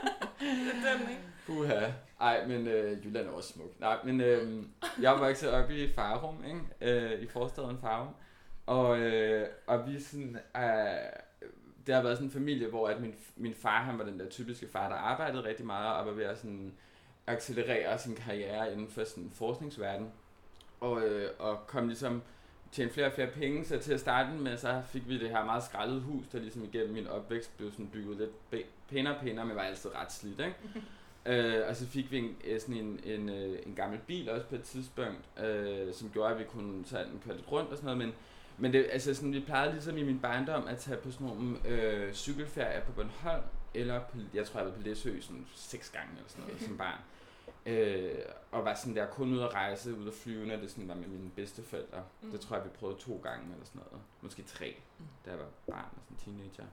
Det er den, ikke? Puha. Ej, men øh, Jylland er også smuk. Nej, men øh, jeg var vokset op i Farum, ikke? Øh, i forstaden Farum. Og, øh, og vi sådan, øh, det har været sådan en familie, hvor at min, min far, han var den der typiske far, der arbejdede rigtig meget, og var ved at sådan accelerere sin karriere inden for sådan forskningsverden. Og, øh, og kom ligesom tjene flere og flere penge, så til at starte med, så fik vi det her meget skrællet hus, der ligesom igennem min opvækst blev sådan bygget lidt be- pænere og pænere, men var altid ret slidt, ikke? øh, og så fik vi en, øh, sådan en, en, øh, en gammel bil også på et tidspunkt, øh, som gjorde, at vi kunne tage den køre lidt rundt og sådan noget, men, men det, altså sådan, vi plejede ligesom i min barndom at tage på sådan nogle øh, cykelferier på Bornholm, eller på, jeg tror jeg var på Læsø sådan seks gange eller sådan noget som barn. Øh, og var sådan der kun ude at rejse, ude at flyve, når det sådan var med mine bedsteforældre. Mm. Det tror jeg, vi prøvede to gange eller sådan noget. Måske tre, mm. da jeg var barn og sådan teenager.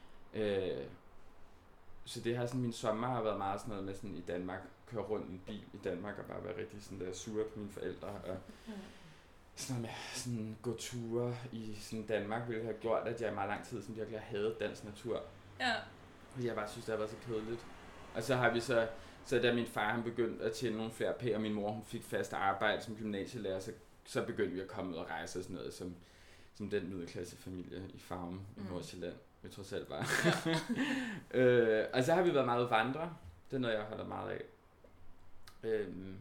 Øh, så det har sådan, min sommer har været meget sådan noget med sådan i Danmark, køre rundt i en bil i Danmark og bare være rigtig sådan der sure på mine forældre. Og mm. sådan noget med sådan gå ture i sådan Danmark ville have gjort, at jeg i meget lang tid sådan virkelig har hadet dansk natur. Ja. Fordi jeg bare synes, det har været så kedeligt. Og så har vi så, så da min far han begyndte at tjene nogle flere penge, og min mor hun fik fast arbejde som gymnasielærer, så, så begyndte vi at komme ud og rejse og sådan noget, som, som den middelklassefamilie i Farum i Mm. Nordsjælland, vi trods alt var. Ja. øh, og så har vi været meget ude at vandre. Det er noget, jeg holder meget af. Øhm,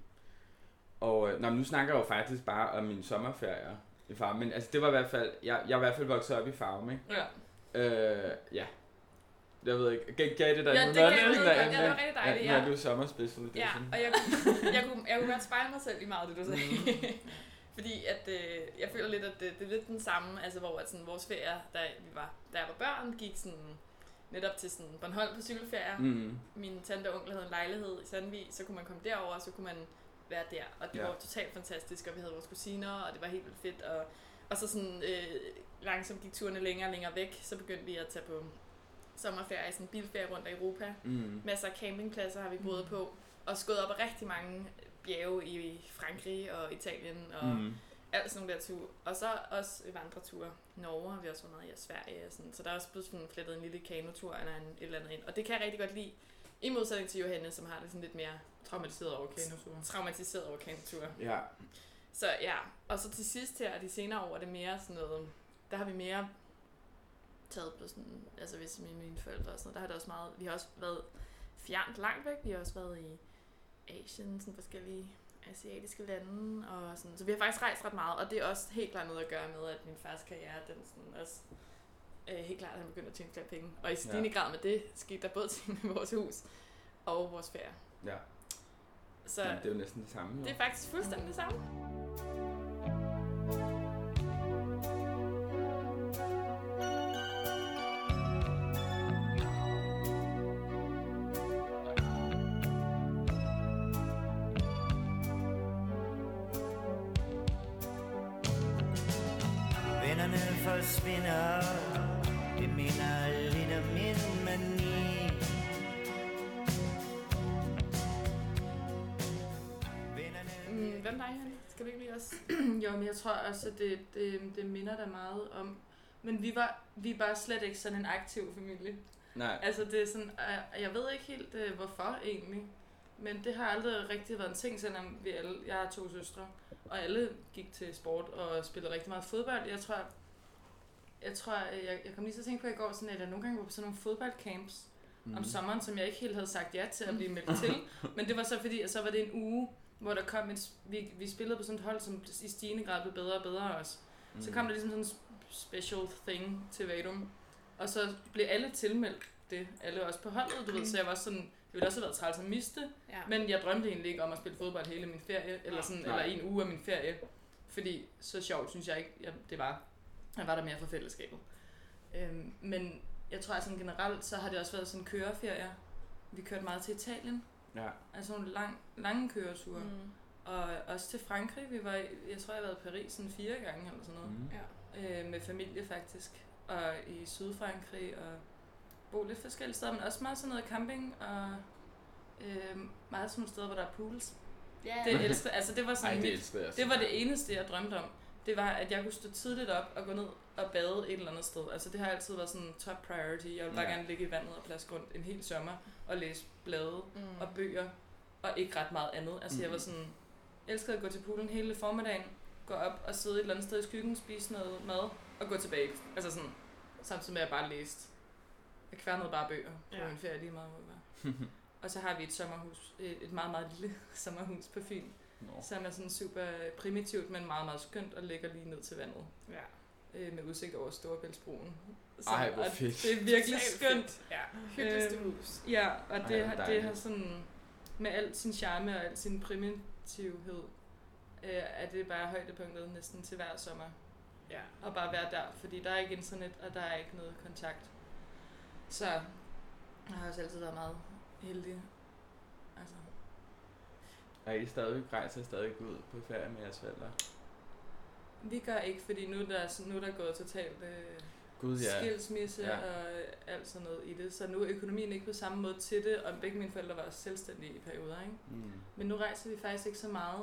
og nå, men nu snakker jeg jo faktisk bare om mine sommerferier i Farum, men altså det var i hvert fald, jeg, jeg er i hvert fald vokset op i Farum, ikke? Ja. Øh, ja. Jeg ved ikke, gav, gav det dig Ja, noget? det gav Noget noget derinde? godt. Ja, det var rigtig dejligt, Ja, ja. nu er du sommerspecial edition. Ja, og jeg, jeg, kunne, jeg kunne godt spejle mig selv i meget af det, du sagde. Mm. Fordi at, øh, jeg føler lidt, at det, det er lidt den samme, altså hvor at sådan, vores ferier, da, vi var, da jeg var børn, gik sådan netop til sådan Bornholm på cykelferier. Mm. Min tante og onkel havde en lejlighed i Sandvig, så kunne man komme derover, og så kunne man være der. Og det Ja. var totalt fantastisk, og vi havde vores kusiner, og det var helt vildt fedt. Og, og så sådan øh, langsomt gik turene længere og længere væk, så begyndte vi at tage på sommerferie, sådan en bilferie rundt i Europa. Mm. Masser af campingpladser har vi boet Mm. på, og skået op ad rigtig mange bjerge i Frankrig og Italien og Mm. alt sådan nogle der ture. Og så også vandreture. Norge har vi også været med i, og Sverige og sådan. Så der er også blevet sådan flettet en lille kanotur eller en, et eller andet ind. Og det kan jeg rigtig godt lide, i modsætning til Johanne, som har det sådan lidt mere Traumatiseret over kanotur. traumatiseret over kanotur. Ja. Så ja, og så til sidst her, de senere år, er det mere sådan noget, der har vi mere taget på sådan, altså hvis mine, mine forældre og sådan noget, der har det også meget, vi har også været fjernt langt væk, vi har også været i Asien, sådan forskellige asiatiske lande, og sådan, så vi har faktisk rejst ret meget, og det er også helt klart noget at gøre med, at min fars karriere, den sådan også, øh, helt klart, at han begyndte at tjene flere penge, og i stigende ja. grad med det, skete der både ting med vores hus, og vores ferie. Ja. Så Jamen, det er jo næsten det samme. Jo. det er faktisk fuldstændig det samme. Vinderne forsvinder. Det minder lidt om min mani. Mm, hvem dig, han? Skal du ikke lige også? Jo, men jeg tror også, at det, det, det minder da meget om... Men vi var, vi er bare slet ikke sådan en aktiv familie. Nej. Altså det er sådan... Jeg, jeg ved ikke helt, uh, hvorfor egentlig. Men det har aldrig rigtig været en ting, selvom vi alle... Jeg har to søstre, og alle gik til sport og spillede rigtig meget fodbold. Jeg tror... Jeg tror, jeg, jeg kom lige til at tænke på i går, sådan, at jeg nogle gange var på sådan nogle fodboldcamps mm. om sommeren, som jeg ikke helt havde sagt ja til at blive meldt til. Men det var så fordi, at så var det en uge, hvor der kom et, vi, vi spillede på sådan et hold, som i stigende grad blev bedre og bedre også. Mm. Så kom der ligesom sådan en special thing til Vadum, og så blev alle tilmeldt det, alle også på holdet, du ved, så jeg var sådan, det ville også have været træls at miste, ja. Men jeg drømte egentlig ikke om at spille fodbold hele min ferie, eller sådan, eller en uge af min ferie, fordi så sjovt synes jeg ikke, jeg, det var, jeg var der mere for fællesskabet. Øhm, men jeg tror, at sådan generelt, så har det også været sådan køreferier. Vi kørte meget til Italien. Ja. Altså nogle lang, lange køreture. Mm. Og også til Frankrig. Vi var, jeg tror, jeg har været i Paris sådan fire gange eller sådan noget. Mm. Ja. Øh, med familie faktisk. Og i Sydfrankrig og bo lidt forskellige steder, men også meget sådan noget camping og øh, meget sådan nogle steder, hvor der er pools. Yeah. Det elskede, altså det var sådan Ej, det, elskede jeg, det var det eneste, jeg drømte om. Det var, at jeg kunne stå tidligt op og gå ned og bade et eller andet sted. Altså det har altid været sådan top priority. Jeg vil bare ja. gerne ligge i vandet og plaske rundt en hel sommer og læse blade mm. og bøger og ikke ret meget andet. Altså mm. jeg var sådan, elskede at gå til poolen hele formiddagen, gå op og sidde et eller andet sted i skyggen, spise noget mad og gå tilbage. Altså sådan, samtidig med at jeg bare læste. Jeg kværnede bare bøger på ja. en ferie lige meget, hvor jeg var. Og så har vi et sommerhus, et meget, meget lille sommerhus på Fyn. No. Som er sådan super primitivt, men meget, meget skønt og ligger lige ned til vandet. Ja. Øh, med udsigt over Storebæltsbroen. Så, Ej, hvor fedt. Det er virkelig skønt. Fedt. Ja. Hyggeligste øh, hus. Ja, og det, Ej, det har sådan, med al sin charme og al sin primitivhed, øh, er det bare højdepunktet næsten til hver sommer. Ja. Og bare være der, fordi der er ikke internet, og der er ikke noget kontakt. Så jeg har også altid været meget heldig. Altså. Er I stadig rejser stadig ud på ferie med jeres forældre? Vi gør ikke, fordi nu er der, nu er der gået totalt øh, Gud, ja. skilsmisse ja. og alt sådan noget i det. Så nu er økonomien ikke på samme måde til det, og begge mine forældre var også selvstændige i perioder. Ikke? Mm. Men nu rejser vi faktisk ikke så meget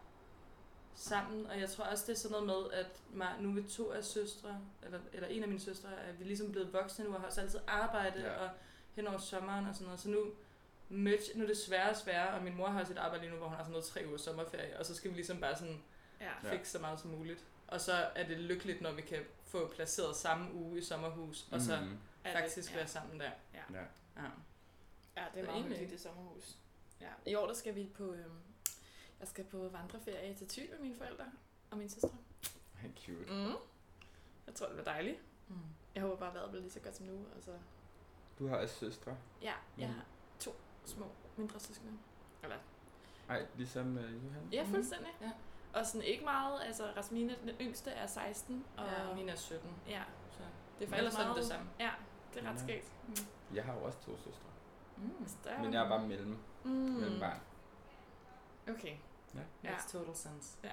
sammen, og jeg tror også, det er sådan noget med, at nu er vi to af søstre, eller, eller en af mine søstre, er vi ligesom blevet voksne nu, og har også altid arbejdet, ja. og hen over sommeren og sådan noget. Så nu Merch, nu er det sværere og sværere, og min mor har sit arbejde lige nu, hvor hun har sådan noget tre uger sommerferie, og så skal vi ligesom bare sådan ja. fikse så meget som muligt. Og så er det lykkeligt, når vi kan få placeret samme uge i sommerhus, og så mm. faktisk være sammen der. Ja, ja. ja. ja det er meget hyggeligt i sommerhus. Ja. I år der skal vi på, øhm, jeg skal på vandreferie til Thy med mine forældre og min søstre. Hey, cute. Mm. Jeg tror, det bliver dejligt. Mm. Jeg håber bare, at vejret bliver lige så godt som nu. Og så... Du har også søstre? Ja, jeg har to små mindre søskende. Eller? Ej, ligesom uh, Johan? Ja, fuldstændig. Mm. Ja. Og sådan ikke meget, altså Rasmine, den yngste, er seksten, og ja, mine er sytten. Ja, så det er faktisk meget det samme. Ja, det er ret skægt. Mm. Jeg har jo også to søstre. Mm. Men jeg er bare mellem, mm. mellem barn. Okay. Ja. Makes total sense. Ja.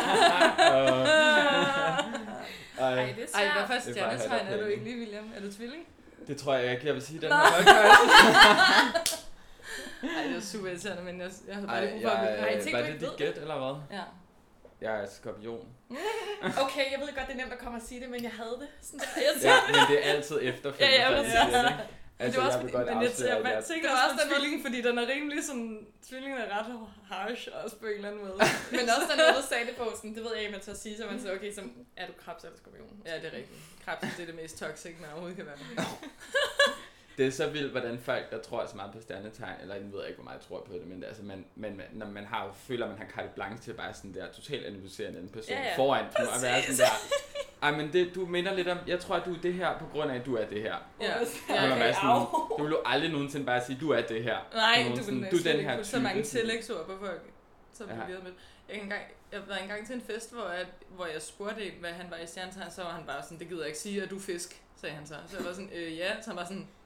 Ej, det er svært. Ej, hvad for stjernetegn er du ikke lige, William? Er du tvilling? Det tror jeg ikke, jeg vil sige den her podcast. Ej, det var super irriterende, men jeg, jeg havde bare lige brug for at blive... Ej, var det dit gæt, eller hvad? Ja. Jeg er skorpion. Okay, jeg ved godt, det er nemt at komme og sige det, men jeg havde det. Sådan der. Jeg ja, men det er altid efterfølgende. Ja, ja, præcis. Ja. Altså, jeg vil godt afsløre, at jeg tænker også på tvillingen, fordi den er rimelig sådan... Tvillingen er ret harsh også på en eller anden måde. Men også den måde, du sagde det på, sådan, det ved jeg ikke, man tør at sige, så man siger, okay, så er du krebs eller skorpion. Ja, det er rigtigt. Krebs, det er det mest toxic, man overhovedet kan være. Det er så vildt, hvordan folk, der tror så meget på stjernetegn, eller jeg ved ikke, hvor meget jeg tror på det, men altså, man, man, når man har jo, føler, man har carte blanche til bare sådan der totalt analyserende en person ja, ja. foran dem, og være sådan der, ej, men det, du minder lidt om, jeg tror, at du er det her, på grund af, at du er det her. Ja, ja okay, sådan, du vil jo aldrig nogensinde bare sige, du er det her. Nej, du, sådan, du, du er den her type. Så mange tillægsord på folk, som ja. bliver med. Jeg, engang, jeg var engang til en fest, hvor jeg, hvor jeg spurgte en, hvad han var i stjernetegn, så var han bare sådan, det gider jeg ikke sige, at du er fisk, sagde han så. Så jeg var sådan, øh, ja, så han var sådan,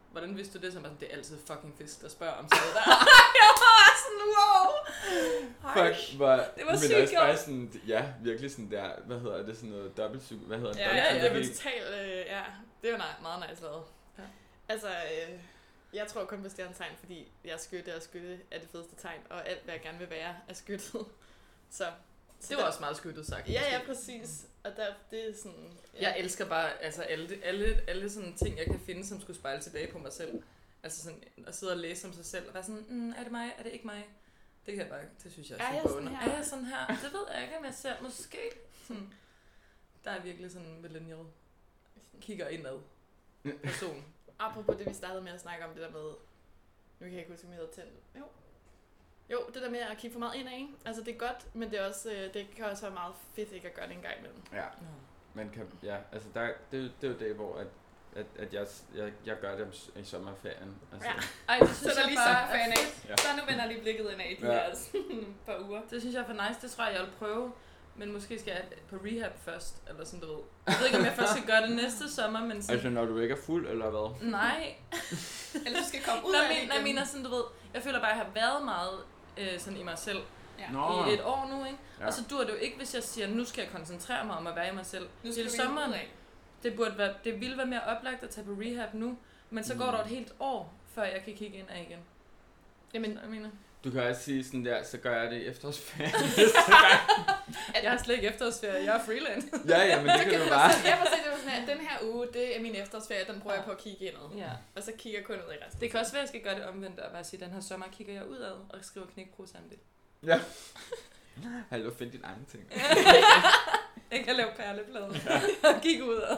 hvordan vidste du det? Så var det er altid fucking fisk, der spørger om sådan noget der. Jeg var sådan, wow! Fuck, hvor, det var men sygt også bare godt. sådan, ja, virkelig sådan der, hvad hedder det, sådan noget dobbelt psyko, hvad hedder det? Ja, dobbelt ja, det var psykologi. totalt, øh, ja, det var nej, meget nice lavet. Ja. Altså, øh, jeg tror kun på stjernetegn, fordi jeg er skytte, og skytte er det fedeste tegn, og alt, hvad jeg gerne vil være, er skyttet. Så, så Det var der, også meget skydtet sagt. ja, ja, måske. præcis. Og der, det er sådan... Ja. Jeg elsker bare altså alle, alle, alle sådan ting, jeg kan finde, som skulle spejle tilbage på mig selv. Altså sådan at sidde og læse om sig selv, og være sådan, mm, er det mig, er det ikke mig? Det kan jeg bare, det synes jeg er, Er jeg super sådan under. her? Er jeg sådan her? Det ved jeg ikke, om jeg ser. Måske. Sådan, der er virkelig sådan en millennial. Kigger indad. Person. Apropos det, vi startede med at snakke om, det der med... Nu kan jeg ikke huske, om jeg hedder tændt. Jo. Jo, det der med at kigge for meget indad, ikke? Altså, det er godt, men det, er også, øh, det kan også være meget fedt ikke at gøre det en gang imellem. Ja, man kan, ja, altså der, det, det er jo det, hvor at, at, at jeg, jeg, jeg gør det om, i sommerferien. Altså, Ja. Ej, det Så synes der jeg lige bare er sommerferien fedt. af. Ja. Så nu vender jeg lige blikket indad i de Ja. her sådan, par uger. Det synes jeg er for nice. Det tror jeg, jeg vil prøve. Men måske skal jeg på rehab først, eller sådan, du ved. Jeg ved ikke, om jeg først skal gøre det næste sommer, men sådan... altså når du ikke er fuld, eller hvad? Nej. Eller du skal komme ud Nej, af det men, igen. jeg mener sådan, du ved, jeg føler bare, at jeg har været meget øh, sådan i mig selv Ja. Nå. i et år nu, ikke? Ja. Og så dur det jo ikke, hvis jeg siger, nu skal jeg koncentrere mig om at være i mig selv. Nu skal Til vi sommeren, ud af. det, burde være, det ville være mere oplagt at tage på rehab nu, men så Mm. går der et helt år, før jeg kan kigge ind af igen. Jamen, Så jeg mener, Du kan også sige sådan der, så gør jeg det i efterårsferien. jeg har slet ikke efterårsferie, jeg er freelance. ja, ja, men det kan du bare. Jeg må sige, det var sådan, at den her uge, det er min efterårsferie, den prøver jeg på at kigge indad. Ja. Og så kigger jeg kun ud i resten. Det kan også være, at jeg skal gøre det omvendt, og bare sige, at den her sommer kigger jeg udad og skriver knækprosa om det. Ja. Hallo, find din egen ting. Jeg kan lave perleplade og kigge udad.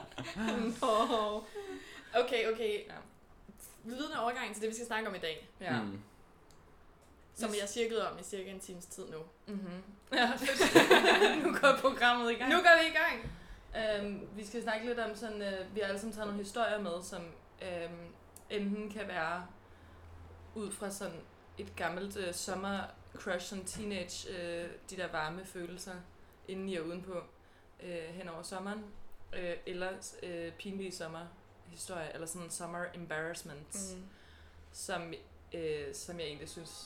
Nå. Okay, okay. Ja. Vidende overgang til det, vi skal snakke om i dag. Ja. Mm. Som Hvis- jeg cirklede om i cirka en times tid nu. Mm-hmm. Ja, nu går programmet i gang. Nu går vi i gang! Øhm, vi skal snakke lidt om sådan, øh, vi har alle sammen taget nogle historier med, som øhm, enten kan være ud fra sådan et gammelt øh, sommer-crush, sådan teenage, øh, de der varme følelser indeni og udenpå øh, hen over sommeren, øh, eller øh, pinlige sommerhistorier, eller sådan summer embarrassments, mm. som, øh, som jeg egentlig synes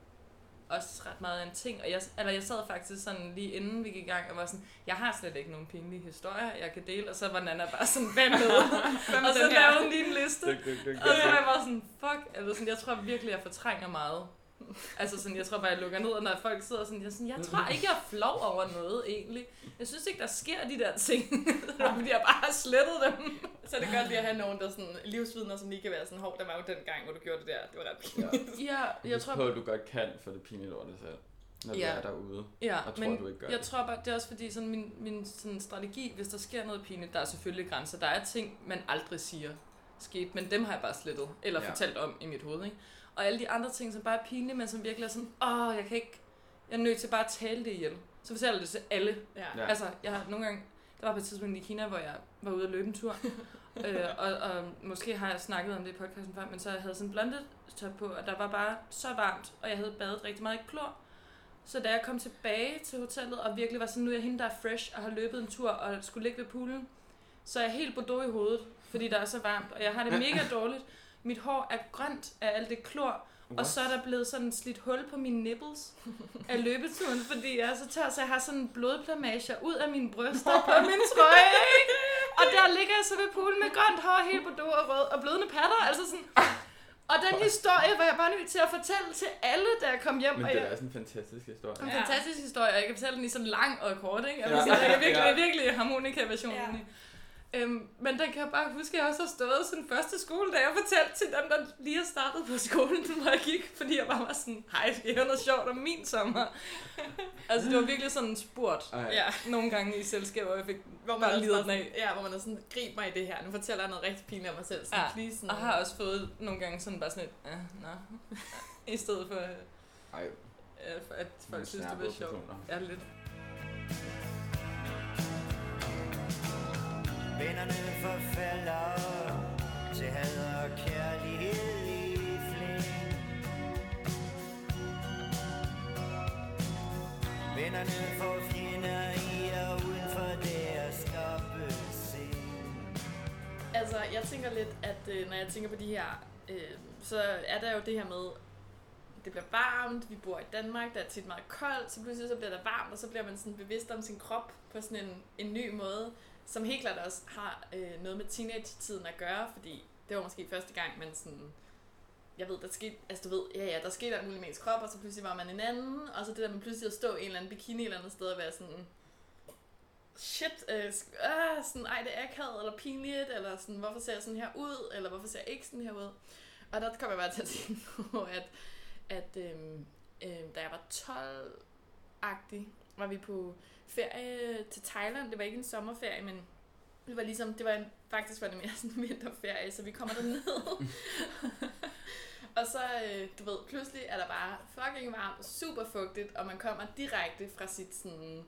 også ret meget af en ting, og jeg, eller jeg sad faktisk sådan lige inden vi gik i gang og var sådan, jeg har slet ikke nogen pinlige historier, jeg kan dele, og så var Nana bare sådan, hvem med? og så lavede hun lige en liste, Dyk, dyk, dyk, og så var dyk. jeg bare sådan, fuck, altså sådan, jeg tror virkelig, jeg fortrænger meget. Altså sådan, jeg tror bare, jeg lukker ned, og når folk sidder sådan, jeg, er sådan, jeg tror ikke, jeg er flov over noget egentlig. Jeg synes ikke, der sker de der ting, fordi jeg bare har slettet dem. Så er det godt lige at have nogen, der er sådan livsvidner, som lige kan være sådan, hov, der var jo den gang, hvor du gjorde det der. Det var ret pinligt. Ja, jeg Husk tror på, at du godt kan få det pinligt over det selv, når Ja. du er derude. Ja, og tror, men du ikke gør jeg det. tror bare, det er også fordi sådan min, min sådan strategi, hvis der sker noget pinligt, der er selvfølgelig grænser. Der er ting, man aldrig siger sket, men dem har jeg bare slettet, eller Ja. fortalt om i mit hoved, ikke? Og alle de andre ting, som bare er pinlige, men som virkelig er sådan, åh, jeg kan ikke, jeg er nødt til bare at tale det ihjel. Så fortæller jeg det til alle. Ja. Ja. Altså, jeg har nogle gange, der var på et tidspunkt i Kina, hvor jeg var ude at løbe en tur, øh, og, og måske har jeg snakket om det i podcasten før, men så jeg havde sådan en blondetop på, og der var bare så varmt, og jeg havde badet rigtig meget i klor. Så da jeg kom tilbage til hotellet, og virkelig var sådan, nu er jeg hende, der er fresh, og har løbet en tur, og skulle ligge ved poolen, så er jeg helt bordeaux i hovedet, fordi der er så varmt, og jeg har det mega dårligt. Mit hår er grønt af alt det klor, og så er der blevet sådan et slidt hul på mine nipples af løbeturen, fordi jeg er så tør, så jeg har sådan blodplamager ud af mine bryster på min trøje, ikke? Og der ligger jeg så ved poolen med grønt hår, helt bordeaux og rød, og blødende patter, altså sådan. Og den historie var jeg bare nødt til at fortælle til alle, da jeg kom hjem. Men og det jeg, er sådan en fantastisk historie. en Ja. fantastisk historie, og jeg kan fortælle den i sådan lang og kort, ikke? Jeg, Ja. ja. sige, jeg er virkelig, Ja. virkelig harmonika-versionen. Ja. Ja. Øhm, men den kan jeg bare huske, at jeg også har stået sådan første skole, da jeg fortalte til dem, der lige har startet på skolen, hvor jeg gik, fordi jeg bare var sådan, hej, skal jeg høre noget sjovt om min sommer? Altså, det var virkelig sådan en spurt Ej. Ja. nogle gange i selskab, hvor jeg fik Hvor man bare også lidet bare den af. sådan, ja, hvor man er sådan, grib mig i det her. Nu fortæller jeg noget rigtig pinligt om mig selv. Sådan, Ja, please, sådan, og har også fået nogle gange sådan bare sådan et, ja, nå, i stedet for, øh, Ej, for at folk nogle synes, det var snærpede sjovt. personer. Ja, lidt. Vennerne forfalder til had og kærlighed i flæng. Vennerne får fjender i og uden for deres opsyn. Altså, jeg tænker lidt, at at øh, når jeg tænker på de her, øh, så er der jo det her med, det bliver varmt, vi bor i Danmark, der er tit meget koldt, så pludselig så bliver der varmt, og så bliver man sådan bevidst om sin krop på sådan en, en ny måde, som helt klart også har øh, noget med teenage-tiden at gøre, fordi det var måske første gang, man sådan, jeg ved, der skete, altså du ved, ja ja, der skete alt muligt med ens krop, og så pludselig var man en anden, og så det der med pludselig at stå i en eller anden bikini et eller andet sted og være sådan, shit, øh, øh, sådan, ej det er akavet, eller pinligt, eller sådan, hvorfor ser jeg sådan her ud, eller hvorfor ser jeg ikke sådan her ud, og der kom jeg bare til at tænke på, at at øhm, øhm, da jeg var tolv-agtig, var vi på ferie til Thailand. Det var ikke en sommerferie, men det var ligesom, det var en, faktisk var det mere sådan en vinterferie, så vi kommer derned. Og så, øh, du ved, pludselig er der bare fucking varmt, super fugtigt, og man kommer direkte fra sit sådan,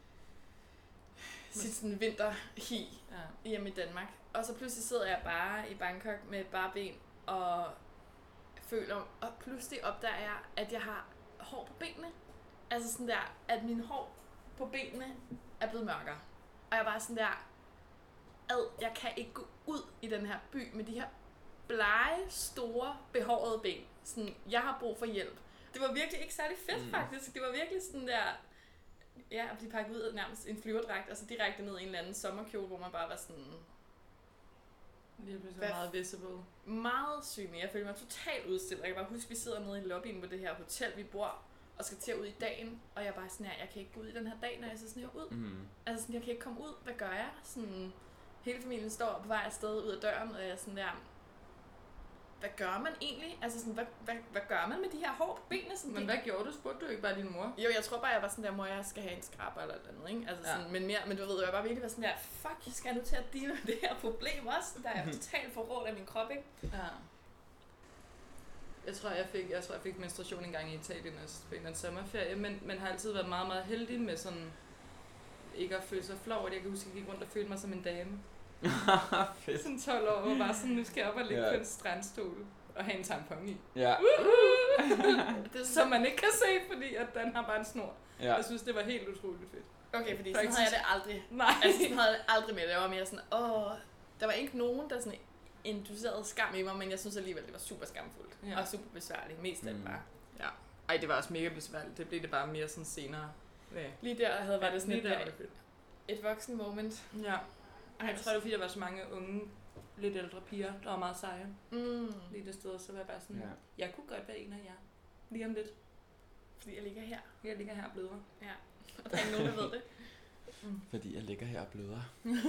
sit sådan vinterhi ja. hjemme i Danmark. Og så pludselig sidder jeg bare i Bangkok med bare ben og føler, og pludselig opdager jeg, at jeg har hår på benene. Altså sådan der, at min hår på benene er blevet mørkere. Og jeg var sådan der, ad, jeg kan ikke gå ud i den her by med de her blege, store, behårede ben. Sådan, jeg har brug for hjælp. Det var virkelig ikke særlig fedt, mm. faktisk. Det var virkelig sådan der, ja, at blive pakket ud af nærmest en flyverdragt, og så direkte ned i en eller anden sommerkjole, hvor man bare var sådan, lige pludselig meget visible. Meget synlig. Jeg følte mig totalt udstillet. Jeg kan bare huske, at vi sidder nede i lobbyen på det her hotel, vi bor, og skal til at ud i dagen, og jeg er bare sådan her, jeg kan ikke gå ud i den her dag, når jeg ser sådan her ud. Mm. Altså sådan, jeg kan ikke komme ud. Hvad gør jeg? Sådan, hele familien står på vej afsted ud af døren, og jeg er sådan der, hvad gør man egentlig? Altså sådan, hvad, hvad, hvad gør man med de her hår på benene? Sådan, men hvad gjorde du? Spurgte du ikke bare din mor? Jo, jeg tror bare, jeg var sådan der, mor, jeg skal have en skraber eller noget, ikke? Altså sådan, ja. men mere, men du ved, jeg bare virkelig var sådan der, fuck, jeg skal nu til at deale med det her problem også, der er totalt forrådt af min krop, ikke? Ja. Jeg tror, jeg fik, jeg tror, jeg fik menstruation en gang i Italien også på en eller anden sommerferie, men man har altid været meget, meget heldig med sådan, ikke at føle sig flov, at jeg kan huske, at jeg gik rundt og følte mig som en dame. Sådan tolv år, og bare sådan, nu skal jeg op og ligge ja. på en strandstol og have en tampon i. Ja. Uh-huh. Det er som man ikke kan se, fordi at den har bare en snor. Ja. Jeg synes, det var helt utroligt fedt. Okay, fordi sådan havde jeg det aldrig. Nej. Altså, sådan havde jeg det aldrig med det. Jeg var mere sådan, åh, der var ikke nogen, der sådan inducerede skam i mig, men jeg synes alligevel, det var super skamfuldt. Ja. Og super besværligt. Mest af mm. det bare. Ja. Ej, det var også mega besværligt. Det blev det bare mere sådan senere. Ja. Lige der havde var det sådan ja, et, et, et voksen moment. Ja. Ej, jeg tror, det var fordi, der var så mange unge, lidt ældre piger, der var meget seje. Mm. Lige det sted, så var jeg bare sådan, ja. jeg kunne godt være en af jer. Lige om lidt. Fordi jeg ligger her. Jeg ligger her og bløder. Ja, og der er ikke nogen, der ved det. Mm. Fordi jeg ligger her og bløder.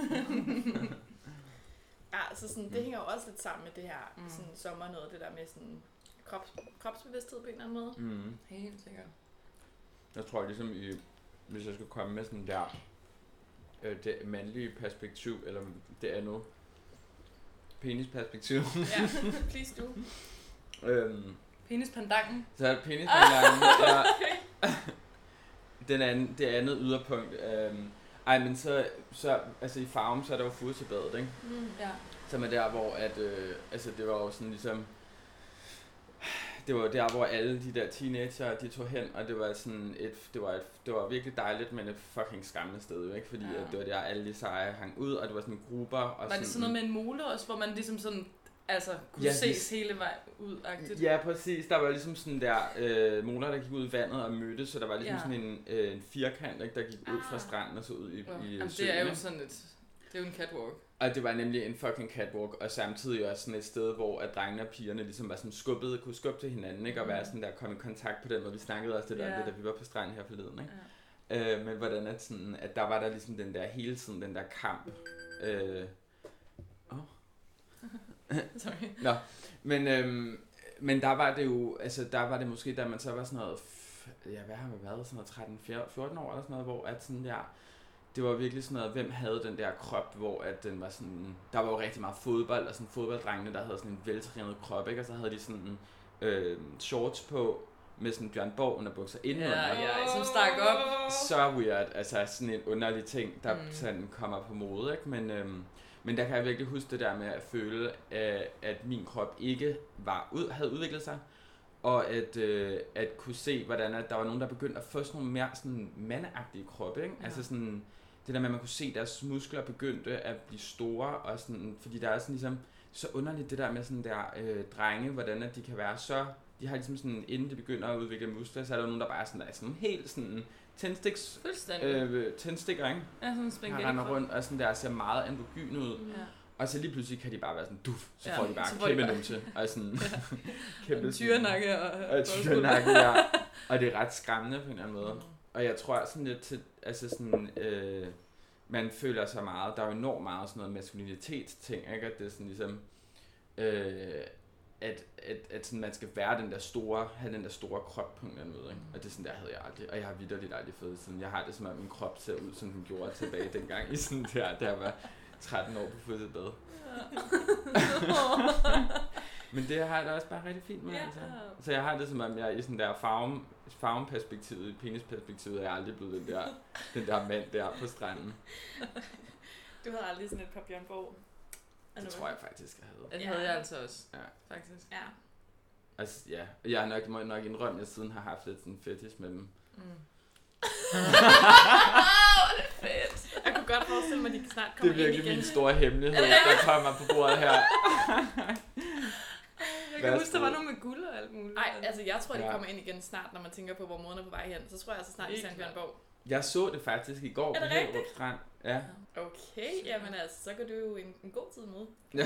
Ja, så sådan, det hænger jo også lidt sammen med det her mm. sådan, sommer noget, det der med sådan krops, kropsbevidsthed på en eller anden måde. Mm. Helt sikkert. Jeg tror ligesom, i, hvis jeg skulle komme med sådan der, øh, det mandlige perspektiv, eller det andet penisperspektiv. Ja, please do. øhm, Penispandangen. Så er det penispandangen. Ja. Den anden, det andet yderpunkt. Øhm, ej, men så, så, altså i Farum, så er der jo Furesøbadet, ikke? Mm, ja. Som er der, hvor at, øh, altså det var jo sådan ligesom, det var der, hvor alle de der teenager, de tog hen, og det var sådan et, det var et, det var virkelig dejligt, men et fucking skræmmende sted, ikke? Fordi ja. at det var der, alle de seje hang ud, og det var sådan grupper. Og var sådan, det sådan noget med en mole også, hvor man ligesom sådan, altså kunne ja, ses det, hele vejen ud-agtigt? Ja, præcis. Der var ligesom sådan der øh, moler, der gik ud i vandet og mødtes, så der var ligesom ja. sådan en, øh, en firkant, ikke, der gik ah. ud fra stranden og så ud i, ja. i Jamen, søen. Det er jo sådan et, det er jo en catwalk. Og det var nemlig en fucking catwalk, og samtidig også sådan et sted, hvor at drengene og pigerne ligesom var sådan skubbede, kunne skubbe til hinanden, ikke? Og være sådan der, komme i kontakt på den måde. Vi snakkede også lidt yeah. om det, da vi var på stranden her forleden, ikke? Yeah. Øh, men hvordan at sådan, at der var der ligesom den der hele tiden, den der kamp. Øh, oh. Sorry. Nå, men, øhm, men der var det jo, altså der var det måske, da man så var sådan noget, ja hvad har man været, sådan noget tretten fjorten år eller sådan noget, hvor at sådan der, det var virkelig sådan noget, hvem havde den der krop, hvor at den var sådan, der var jo rigtig meget fodbold, og sådan fodbolddrengene, der havde sådan en veltrænet krop, ikke? Og så havde de sådan øh, shorts på, med sådan Bjørn Borg underbukser indenunder. Ja, ja, som stak op. Så weird, altså sådan en underlig ting, der mm. sådan kommer på mode, ikke? Men, øhm, men der kan jeg virkelig huske det der med at føle, at min krop ikke var ud, havde udviklet sig, og at, øh, at kunne se, hvordan at der var nogen, der begyndte at få sådan nogle mere sådan mandeagtige kroppe, ikke? Ja. Altså sådan, det der med, at man kunne se, at deres muskler begyndte at blive store, og sådan, fordi der er sådan ligesom, så underligt det der med sådan der øh, drenge, hvordan at de kan være så, de har ligesom sådan, inden de begynder at udvikle muskler, så er der nogen, der bare er sådan, der er sådan helt sådan tændstiks, øh, tændstikker, ikke? Ja, sådan en spaghetti. Han render rundt og sådan der ser meget androgyn ud. Ja. Og så lige pludselig kan de bare være sådan, duf, så ja, får de bare kæmpe numse. Og sådan, ja. kæmpe tyrenakke og... Og tyrenakke, ja. Og det er ret skræmmende på en eller anden måde. Mm. Og jeg tror sådan lidt til, altså sådan, øh, man føler sig meget, der er jo enormt meget sådan noget maskulinitetsting, ikke? At det er sådan ligesom, øh, at, at, at sådan, man skal være den der store, have den der store krop på en eller anden måde, ikke? Og det er sådan, der havde jeg aldrig, og jeg har vitterligt aldrig fået sådan, jeg har det som om min krop ser ud, som den gjorde tilbage dengang i sådan der, der var tretten år på fodbad. Ja. Men det har jeg da også bare rigtig fint med, yeah. altså. Så jeg har det som om, jeg i sådan der farven, farven-perspektivet, penisperspektivet, er jeg aldrig blevet den der, den der mand der på stranden. Du havde aldrig sådan et par Bjørn Borg? Det tror jeg faktisk, jeg havde. Det havde jeg altså også, ja. faktisk. Ja. Altså, ja. Jeg har nok, må nok indrømme, at jeg siden har haft lidt sådan fetish med dem. Mm. Åh, det er fedt. Jeg kunne godt forestille mig, at de snart kommer ind igen. Det er virkelig min store hemmelighed, der kommer på bordet her. Jeg kan huske, der var noget med guld og alt muligt. Nej, altså jeg tror, de kommer ind igen snart, når man tænker på, hvor moren er på vej hen. Så tror jeg altså snart, de ser en Bjørn Borg. Jeg så det faktisk i går på Hellerup Strand. Ja. Okay, jamen altså, så går du jo en, en god tid med. Ja.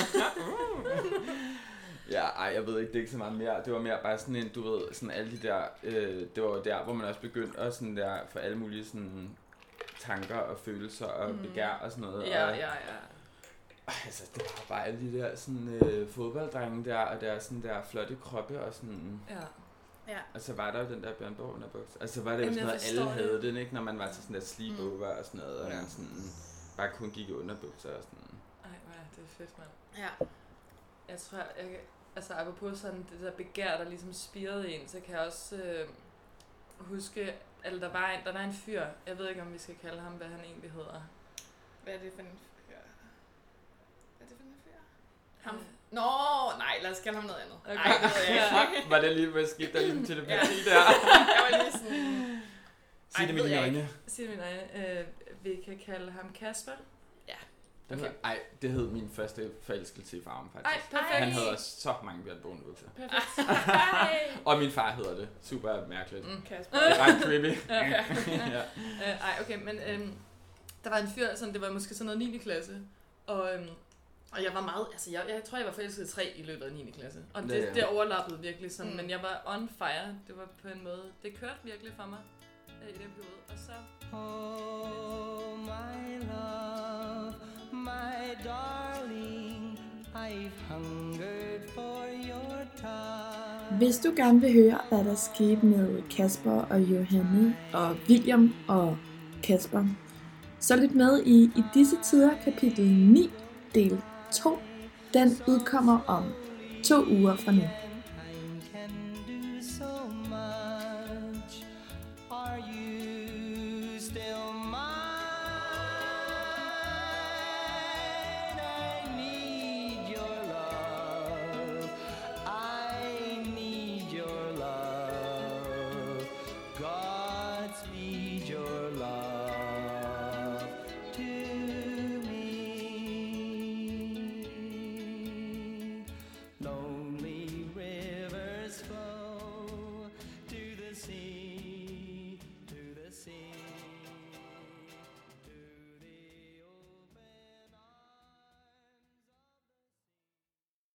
Ja, ej, jeg ved ikke, det er ikke så meget mere. Det var mere bare sådan en, du ved, sådan alle de der, øh, det var jo der, hvor man også begyndte at sådan der, for alle mulige sådan tanker og følelser og mm. begær og sådan noget. Ja, og, ja, ja. Altså, det var bare alle de der sådan øh, fodbolddrenge der, og der sådan der flotte kroppe og sådan. Ja. Ja. Og så var der jo den der Bjørn Borg underbuks. Altså, var det jo sådan noget, alle havde det, ikke? Når man var til sådan der sleepover mm. og sådan noget, og man sådan bare kun gik i underbukser og sådan. Ej, ja, det er fedt, mand. Ja. Jeg tror, jeg kan, altså apropos sådan det der begær, der ligesom spirede en, så kan jeg også øh, huske, at der var en, der var en fyr, jeg ved ikke, om vi skal kalde ham, hvad han egentlig hedder. Hvad er det for en fyr? Hvad er det for en fyr? Ham? Øh. Nå, nej, lad os kalde ham noget andet. Okay. Ej, det ved jeg ikke. Var det lige med skidt, der ligesom til det ja. parti der? Jeg var lige sådan... Sig det med dine øjne. Sig det med dine øjne. Øh, vi kan kalde ham Kasper. Ja. Okay. Ej, det hed min første forelskelse i farven, faktisk. Ej, perfekt. Han havde også så mange Bjørn Borg underbukser. Perfekt. Og min far hedder det. Super mærkeligt. Mm, Kasper. Det er ret creepy. ja. ja. øh, ej, okay, men øhm, der var en fyr, sådan, det var måske sådan noget niende klasse, og, øhm, og jeg var meget, altså jeg, jeg tror, jeg var forelsket i tre i løbet af niende klasse, og det, ja, ja. det overlappede virkelig sådan, mm. men jeg var on fire, det var på en måde, det kørte virkelig for mig øh, i den periode, og så... Oh, my love, my darling, I've hungered for your touch. Hvis du gerne vil høre, hvad der skete med Kasper og Johanne og William og Kasper, så lyt med i I disse tider kapitel ni, del to. Den udkommer om to uger fra nu.